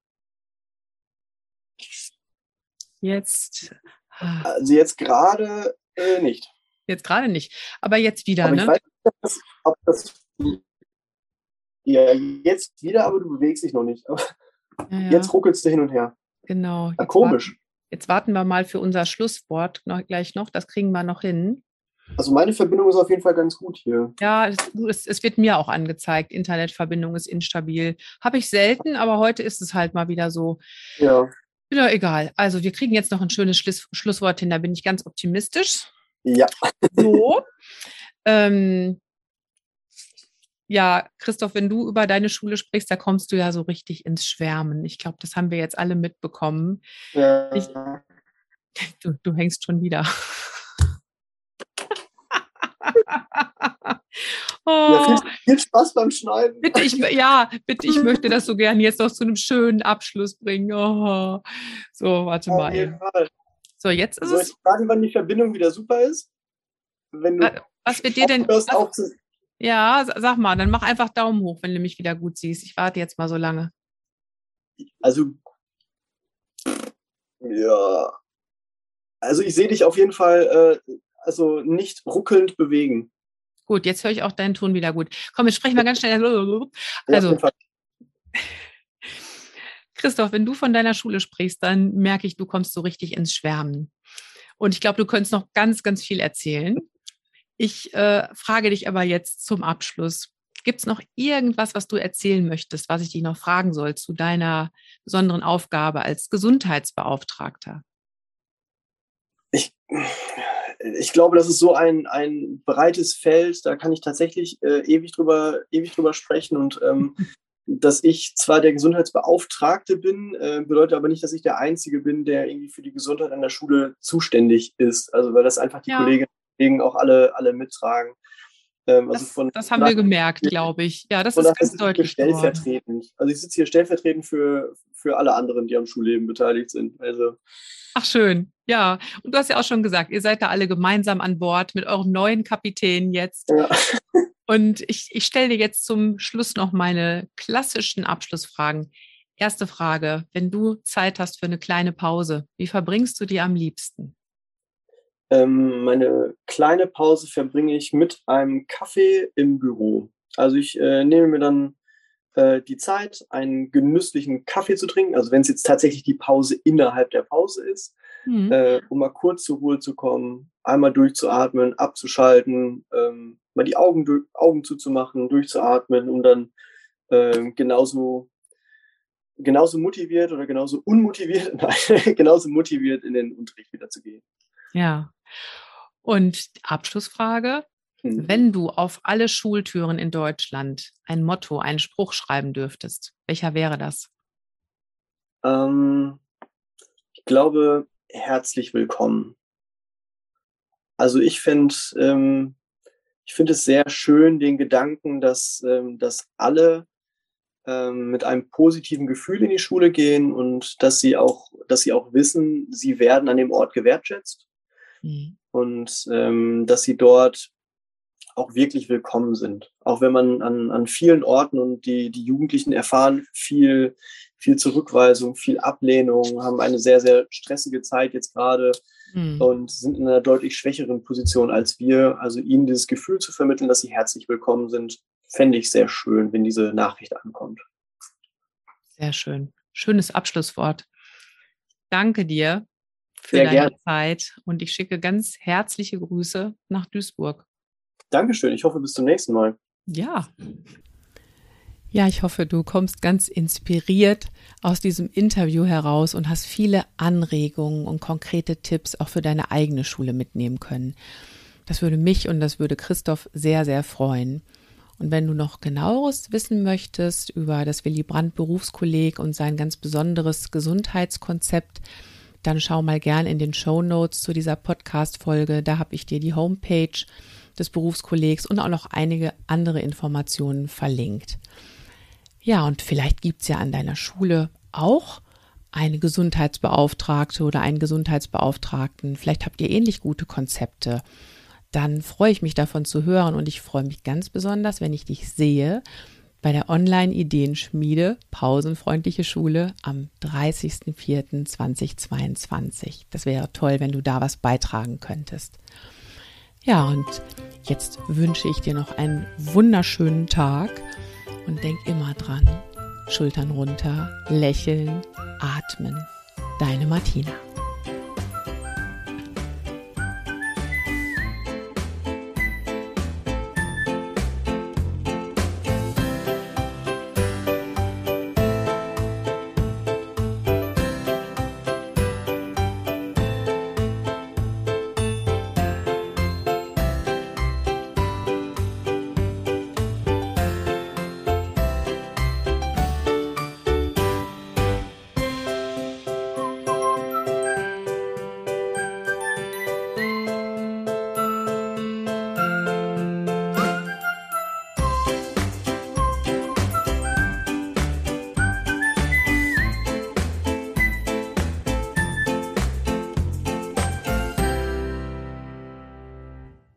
Jetzt. Also jetzt gerade äh, nicht. Jetzt gerade nicht. Aber jetzt wieder, aber ne? Ich weiß nicht, ob das, ob das ja, jetzt wieder, aber du bewegst dich noch nicht. Aber ja, ja. Jetzt ruckelst du hin und her. Genau. Ja, komisch. Warten, jetzt warten wir mal für unser Schlusswort noch, gleich noch. Das kriegen wir noch hin. Also meine Verbindung ist auf jeden Fall ganz gut hier. Ja, es, es wird mir auch angezeigt. Internetverbindung ist instabil. Habe ich selten, aber heute ist es halt mal wieder so. Ja. Ja, egal. Also wir kriegen jetzt noch ein schönes Schluss, Schlusswort hin. Da bin ich ganz optimistisch. Ja. So. ähm, Ja, Christoph, wenn du über deine Schule sprichst, da kommst du ja so richtig ins Schwärmen. Ich glaube, das haben wir jetzt alle mitbekommen. Ja. Ich, du, du hängst schon wieder. Oh. Ja, viel, viel Spaß beim Schneiden. Bitte, ich, ja, bitte, ich möchte das so gerne jetzt noch zu einem schönen Abschluss bringen. Oh. So, warte Auf mal. jeden Fall. So, jetzt ist Soll es. ich fragen, wann die Verbindung wieder super ist? Wenn du was wird dir denn. Was, aufzu- ja, sag mal, dann mach einfach Daumen hoch, wenn du mich wieder gut siehst. Ich warte jetzt mal so lange. Also, ja. Also ich sehe dich auf jeden Fall äh, also nicht ruckelnd bewegen. Gut, jetzt höre ich auch deinen Ton wieder gut. Komm, jetzt sprechen wir ganz schnell. Also, ja, Christoph, wenn du von deiner Schule sprichst, dann merke ich, du kommst so richtig ins Schwärmen. Und ich glaube, du könntest noch ganz, ganz viel erzählen. Ich äh, frage dich aber jetzt zum Abschluss. Gibt es noch irgendwas, was du erzählen möchtest, was ich dich noch fragen soll zu deiner besonderen Aufgabe als Gesundheitsbeauftragter? Ich, ich glaube, das ist so ein, ein breites Feld, da kann ich tatsächlich äh, ewig drüber, ewig drüber sprechen. Und ähm, dass ich zwar der Gesundheitsbeauftragte bin, äh, bedeutet aber nicht, dass ich der Einzige bin, der irgendwie für die Gesundheit an der Schule zuständig ist. Also weil das einfach die ja. Kolleginnen und Kollegen auch alle, alle mittragen. Ähm, also das, von, das haben wir gemerkt, glaube ich. Ja, das ist ganz deutlich stellvertretend. Geworden. Also ich sitze hier stellvertretend für, für alle anderen, die am Schulleben beteiligt sind. Also ach, schön. Ja, und du hast ja auch schon gesagt, ihr seid da alle gemeinsam an Bord mit eurem neuen Kapitän jetzt. Ja. Und ich, ich stelle dir jetzt zum Schluss noch meine klassischen Abschlussfragen. Erste Frage, wenn du Zeit hast für eine kleine Pause, wie verbringst du die am liebsten? Ähm, meine kleine Pause verbringe ich mit einem Kaffee im Büro. Also ich äh, nehme mir dann äh, die Zeit, einen genüsslichen Kaffee zu trinken, also wenn es jetzt tatsächlich die Pause innerhalb der Pause ist, mhm. äh, um mal kurz zur Ruhe zu kommen, einmal durchzuatmen, abzuschalten, ähm, mal die Augen, durch, Augen zuzumachen, durchzuatmen, um dann äh, genauso, genauso motiviert oder genauso unmotiviert, nein, genauso motiviert in den Unterricht wieder zu gehen. Ja. Und Abschlussfrage, hm. wenn du auf alle Schultüren in Deutschland ein Motto, einen Spruch schreiben dürftest, welcher wäre das? Ähm, ich glaube, herzlich willkommen. Also ich finde ähm, ich finde es sehr schön, den Gedanken, dass, ähm, dass alle ähm, mit einem positiven Gefühl in die Schule gehen und dass sie auch, dass sie auch wissen, sie werden an dem Ort gewertschätzt. Mhm. Und ähm, dass sie dort auch wirklich willkommen sind. Auch wenn man an, an vielen Orten und die, die Jugendlichen erfahren viel, viel Zurückweisung, viel Ablehnung, haben eine sehr, sehr stressige Zeit jetzt gerade mhm. und sind in einer deutlich schwächeren Position als wir. Also ihnen dieses Gefühl zu vermitteln, dass sie herzlich willkommen sind, fände ich sehr schön, wenn diese Nachricht ankommt. Sehr schön. Schönes Abschlusswort. Danke dir für Sehr deine gern. Zeit und ich schicke ganz herzliche Grüße nach Duisburg. Dankeschön. Ich hoffe, bis zum nächsten Mal. Ja. Ja, ich hoffe, du kommst ganz inspiriert aus diesem Interview heraus und hast viele Anregungen und konkrete Tipps auch für deine eigene Schule mitnehmen können. Das würde mich und das würde Christoph sehr, sehr freuen. Und wenn du noch genaueres wissen möchtest über das Willy Brandt Berufskolleg und sein ganz besonderes Gesundheitskonzept, dann schau mal gern in den Shownotes zu dieser Podcast-Folge. Da habe ich dir die Homepage des Berufskollegs und auch noch einige andere Informationen verlinkt. Ja, und vielleicht gibt's ja an deiner Schule auch eine Gesundheitsbeauftragte oder einen Gesundheitsbeauftragten. Vielleicht habt ihr ähnlich gute Konzepte. Dann freue ich mich davon zu hören und ich freue mich ganz besonders, wenn ich dich sehe bei der Online-Ideenschmiede Pausenfreundliche Schule am dreißigsten vierten zweitausendzweiundzwanzig. Das wäre toll, wenn du da was beitragen könntest. Ja, und jetzt wünsche ich dir noch einen wunderschönen Tag und denk immer dran, Schultern runter, lächeln, atmen. Deine Martina.